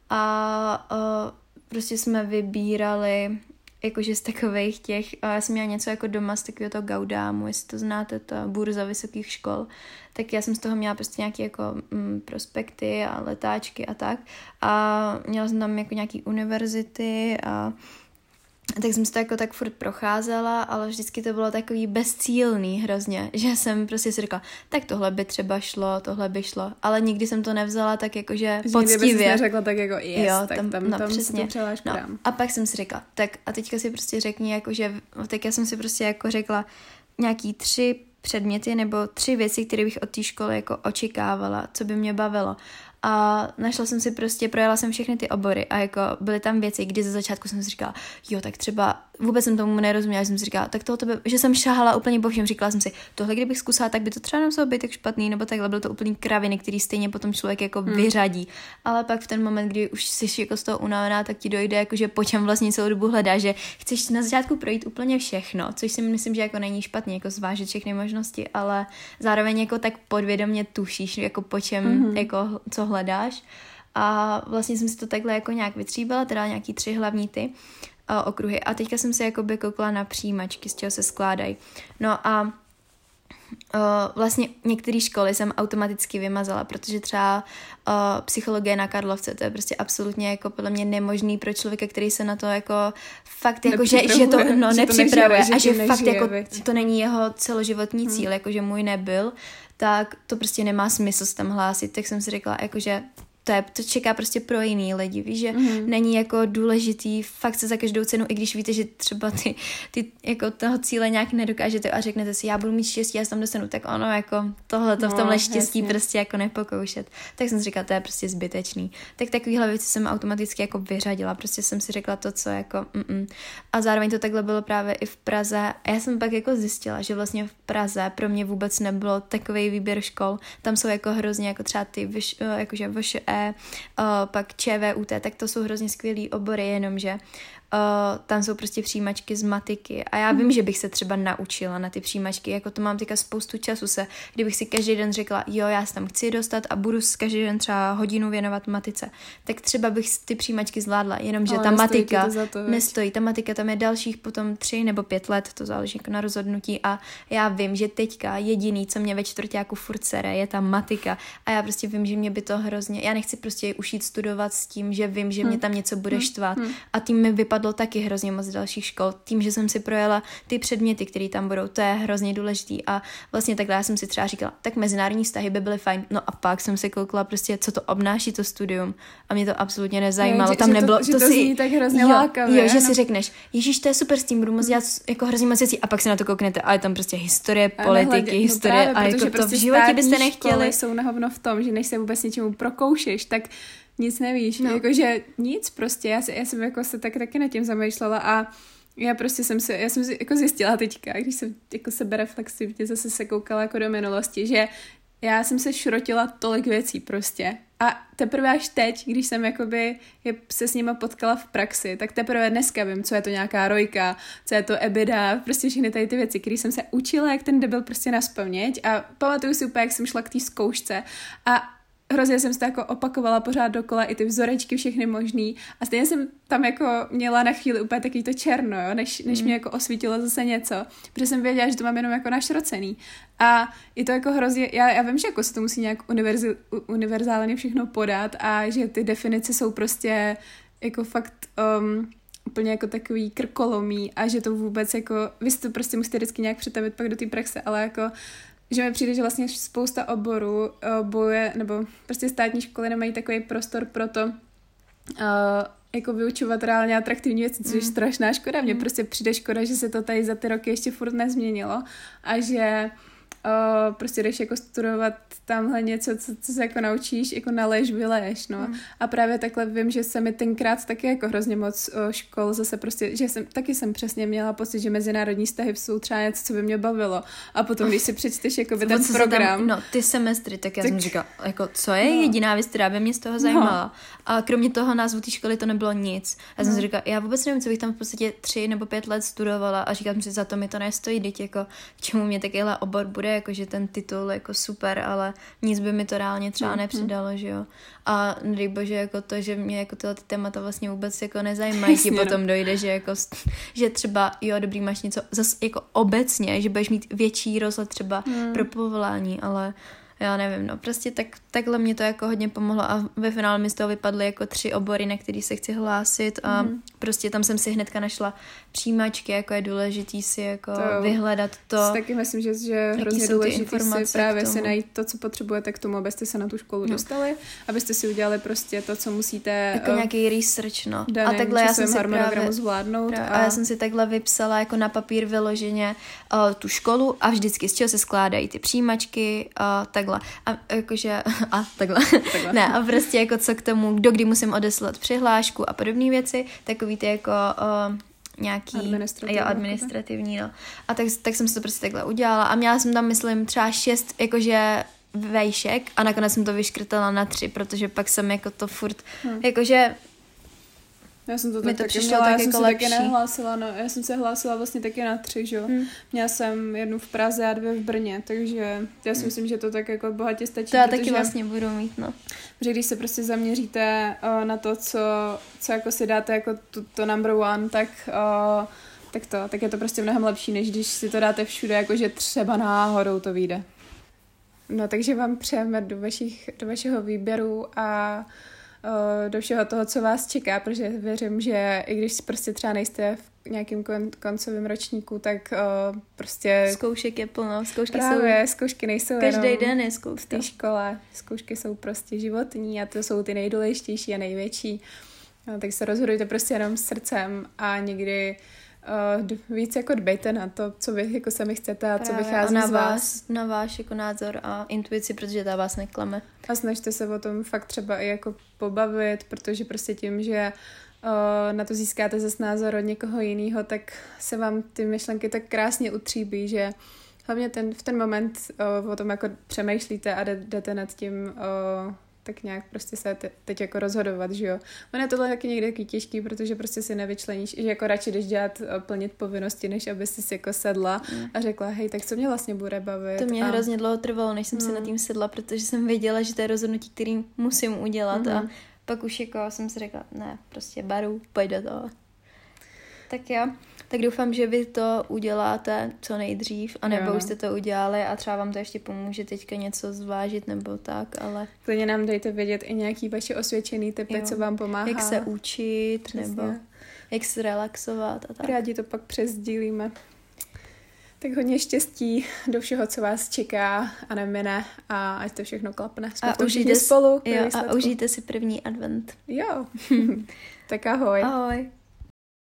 a uh, prostě jsme vybírali jakože z takových těch, já jsem měla něco jako doma z takového toho Gaudámu, jestli to znáte, ta burza vysokých škol, tak já jsem z toho měla prostě nějaké jako mm, prospekty a letáčky a tak a měla jsem tam jako nějaký univerzity a tak jsem se to jako tak furt procházela, ale vždycky to bylo takový bezcílný hrozně, že jsem prostě si říkala, tak tohle by třeba šlo, tohle by šlo, ale nikdy jsem to nevzala tak jakože poctivě. Kdyby jsi neřekla tak jako yes, jo, tak tam, tam, no, tam přesně. si to no, a pak jsem si řekla, tak a teďka si prostě řekni, jakože, tak já jsem si prostě jako řekla nějaký tři předměty nebo tři věci, které bych od té školy jako očekávala, co by mě bavilo. A našla jsem si prostě, projela jsem všechny ty obory a jako byly tam věci, kdy ze začátku jsem si říkala, jo, tak třeba vůbec jsem tomu nerozuměla, že jsem si říkala, tak tohle by, že jsem šahala úplně po všem, říkala jsem si, tohle kdybych zkusila, tak by to třeba nemuselo být tak špatný, nebo takhle, byl to úplný kraviny, který stejně potom člověk jako hmm. vyřadí. Ale pak v ten moment, kdy už jsi jako z toho unavená, tak ti dojde, jako že po čem vlastně celou dobu hledáš, že chceš na začátku projít úplně všechno, což si myslím, že jako není špatně, jako zvážit všechny možnosti, ale zároveň jako tak podvědomě tušíš, jako po čem, hmm. jako co hledáš. A vlastně jsem si to takhle jako nějak vytříbala, teda nějaký tři hlavní ty uh, okruhy. A teďka jsem se jakoby koukla na přijímačky, z čeho se skládají. No a uh, vlastně některé školy jsem automaticky vymazala, protože třeba uh, psychologie na Karlovce, to je prostě absolutně jako podle mě nemožný pro člověka, který se na to jako fakt jako, že, že to no, že nepřipravuje to nežije, a že nežije, fakt jako věc. To není jeho celoživotní cíl, hmm. jakože můj nebyl, tak to prostě nemá smysl se tam hlásit. Tak jsem si řekla, jakože to, je, to čeká prostě pro jiný lidi, víš, že mm-hmm. není jako důležitý fakt se za každou cenu, i když víte, že třeba ty, ty jako toho cíle nějak nedokážete a řeknete si, já budu mít štěstí, já se tam dostanu, tak ono jako tohle to no, v tomhle štěstí jasně. Prostě jako nepokoušet. Tak jsem si říkala, to je prostě zbytečný. Tak takovýhle věci jsem automaticky jako vyřadila, prostě jsem si řekla to, co jako mm-mm. A zároveň to takhle bylo právě i v Praze a já jsem pak jako zjistila, že vlastně v Praze pro mě vůbec nebylo takovej výběr škol, tam jsou jako hrozně jako třeba ty, vyš, jakože vyš, E, uh, pak ČVUT, tak to jsou hrozně skvělý obory, jenomže Uh, tam jsou prostě přijímačky z matiky a já vím, mm. že bych se třeba naučila na ty přijímačky, jako to mám teďka spoustu času se, kdybych si každý den řekla, jo, já se tam chci dostat a budu každý den třeba hodinu věnovat matice, tak třeba bych ty přijímačky zvládla, jenomže ta matika to, nestojí, ta matika tam je dalších potom tři nebo pět let, to záleží jako na rozhodnutí a já vím, že teďka jediný, co mě ve čtvrťáku furt sere, je ta matika a já prostě vím, že mě by to hrozně, já nechci prostě už jít studovat s tím, že vím, že mě tam něco bude štvat a tím mi vypadlo napadlo taky hrozně moc dalších škol. Tím, že jsem si projela ty předměty, které tam budou, to je hrozně důležitý. A vlastně takhle já jsem si třeba říkala, tak mezinárodní vztahy by byly fajn. No a pak jsem si koukala prostě, co to obnáší to studium. A mě to absolutně nezajímalo. Je, tam že nebylo, to, že to, to si, zní tak hrozně jo, lákavě. Jo, že no. si řekneš, ježíš, to je super, s tím budu moc dělat jako hrozně moc věcí. A pak si na to kouknete, ale tam prostě historie, a politiky, nehledě, historie no právě, a jako prostě to v životě byste nechtěli. Jsou na hovno v tom, že než se vůbec něčemu prokoušeš, tak nic nevíš. No. Jakože nic prostě. Já, si, já jsem jako se tak, taky nad tím zamýšlela a já prostě jsem se, já jsem si jako zjistila teďka, když jsem jako sebereflexivně zase se koukala jako do minulosti, že já jsem se šrotila tolik věcí prostě. A teprve až teď, když jsem jakoby je, se s nima potkala v praxi, tak teprve dneska vím, co je to nějaká rojka, co je to ebida, prostě všechny tady ty věci, které jsem se učila, jak ten debil prostě nazpaměť a pamatuju si úplně, jak jsem šla k té zkoušce a hrozně jsem se to jako opakovala pořád dokola, i ty vzorečky všechny možný a stejně jsem tam jako měla na chvíli úplně takový to černo, jo, než, než mm. mě jako osvítilo zase něco, protože jsem věděla, že to mám jenom jako našrocený a je to jako hrozně, já, já vím, že jako se to musí nějak univerzi, univerzálně všechno podat a že ty definice jsou prostě jako fakt um, úplně jako takový krkolomý a že to vůbec jako, vy si to prostě musíte vždycky nějak přetavit pak do té praxe, ale jako že mi přijde, že vlastně spousta oborů uh, bojuje, nebo prostě státní školy nemají takový prostor pro to uh, jako vyučovat reálně atraktivní věci, což je mm. strašná škoda. Mně mm. prostě přijde škoda, že se to tady za ty roky ještě furt nezměnilo a že uh, prostě jdeš jako studovat tamhle něco, co, co se jako naučíš, jako naleješ, vyleješ, no. Mm. A právě takhle vím, že se mi tenkrát taky jako hrozně moc uh, škol zase prostě, že jsem, taky jsem přesně měla pocit, že mezinárodní vztahy jsou třeba něco, co by mě bavilo. A potom, když si přečteš jako by ten program. Tam, no, ty semestry, tak já tak, jsem říkala, jako co je no. jediná věc, která by mě z toho zajímala. No. A kromě toho názvu té školy to nebylo nic. Já jsem no. si říkala, já vůbec nevím, co bych tam v podstatě tři nebo pět let studovala a říkám si, za to mi to nestojí, teď jako k čemu mě takovýhle obor bude, jakože ten titul jako super, ale nic by mi to reálně třeba nepřidalo, mm. že jo. A nedej bože, jako to, že mě jako tyhle ty témata vlastně vůbec jako nezajímají, ti potom dojde, že jako, že třeba, jo, dobrý, máš něco zase jako obecně, že budeš mít větší rozhled třeba mm. pro povolání, ale já nevím, no prostě tak, takhle mě to jako hodně pomohlo a ve finále mi z toho vypadly jako tři obory, na který se chci hlásit a mm. prostě tam jsem si hnedka našla přijímačky, jako je důležitý si jako to, vyhledat to. Taky myslím, že je hrozně důležitý si právě si najít to, co potřebujete k tomu, abyste se na tu školu no. dostali, abyste si udělali prostě to, co musíte jako uh, nějaký research, no. A takhle já jsem si právě, zvládnout. Právě, a... a já jsem si takhle vypsala jako na papír vyloženě uh, tu školu a vždycky z čeho se skládají ty přijímačky a takhle. A jakože, a takhle. takhle. Ne, a prostě jako co k tomu, kdo kdy musím odeslat přihlášku a podobné věci, takový ty jako uh, nějaký administrativní, jo, administrativní no. A tak, tak jsem si to prostě takhle udělala a měla jsem tam, myslím, třeba šest jakože vejšek a nakonec jsem to vyškrtala na tři, protože pak jsem jako to furt, hmm. jakože já jsem to, tak to taky měla, tak já jsem jako se lepší. taky nehlásila, no, já jsem se hlásila vlastně taky na tři, že jo. Hmm. Měla jsem jednu v Praze a dvě v Brně, takže já si hmm. myslím, že to tak jako bohatě stačí. To já taky vlastně budu mít, no. Protože když se prostě zaměříte uh, na to, co, co jako si dáte jako to, to number one, tak, uh, tak to, tak je to prostě mnohem lepší, než když si to dáte všude, jakože třeba náhodou to vyjde. No, takže vám přejeme do, vašich, do vašeho výběru a do všeho toho, co vás čeká, protože věřím, že i když prostě třeba nejste v nějakým kon- koncovém ročníku, tak uh, prostě... Zkoušek je plno, zkoušky právě, jsou... zkoušky nejsou každý jenom den je zkouška. V té škole. Zkoušky jsou prostě životní a to jsou ty nejdůležitější a největší. No, tak se rozhodujte prostě jenom srdcem a někdy uh, víc jako dbejte na to, co vy jako sami chcete a co právě, vychází a na z vás. vás. Na váš jako názor a intuici, protože ta vás neklame. A snažte se o tom fakt třeba i jako pobavit, protože prostě tím, že uh, na to získáte zase názor od někoho jiného, tak se vám ty myšlenky tak krásně utříbí, že hlavně ten, v ten moment uh, o tom jako přemýšlíte a jdete nad tím uh, tak nějak prostě se te, teď jako rozhodovat, že jo. Ono je tohle taky někdy taky těžký, protože prostě si nevyčleníš, že jako radši jdeš dělat, plnit povinnosti, než aby si jako sedla mm. a řekla, hej, tak co mě vlastně bude bavit. To mě a... hrozně dlouho trvalo, než jsem mm. si nad tím sedla, protože jsem věděla, že to je rozhodnutí, který musím udělat mm. a pak už jako jsem si řekla, ne, prostě baru, pojď do toho. Tak jo. Tak doufám, že vy to uděláte co nejdřív, anebo jo, no. už jste to udělali a třeba vám to ještě pomůže teďka něco zvážit nebo tak, ale... Klidně nám dejte vědět i nějaký vaše osvědčený tipy, jo. co vám pomáhá. Jak se učit, přesně. nebo jak se relaxovat a tak. Rádi to pak přesdílíme. Tak hodně štěstí do všeho, co vás čeká a nemine a ať to všechno klapne. Jsme a užijte spolu. Jo, a užijte si první advent. Jo. Tak ahoj. Ahoj.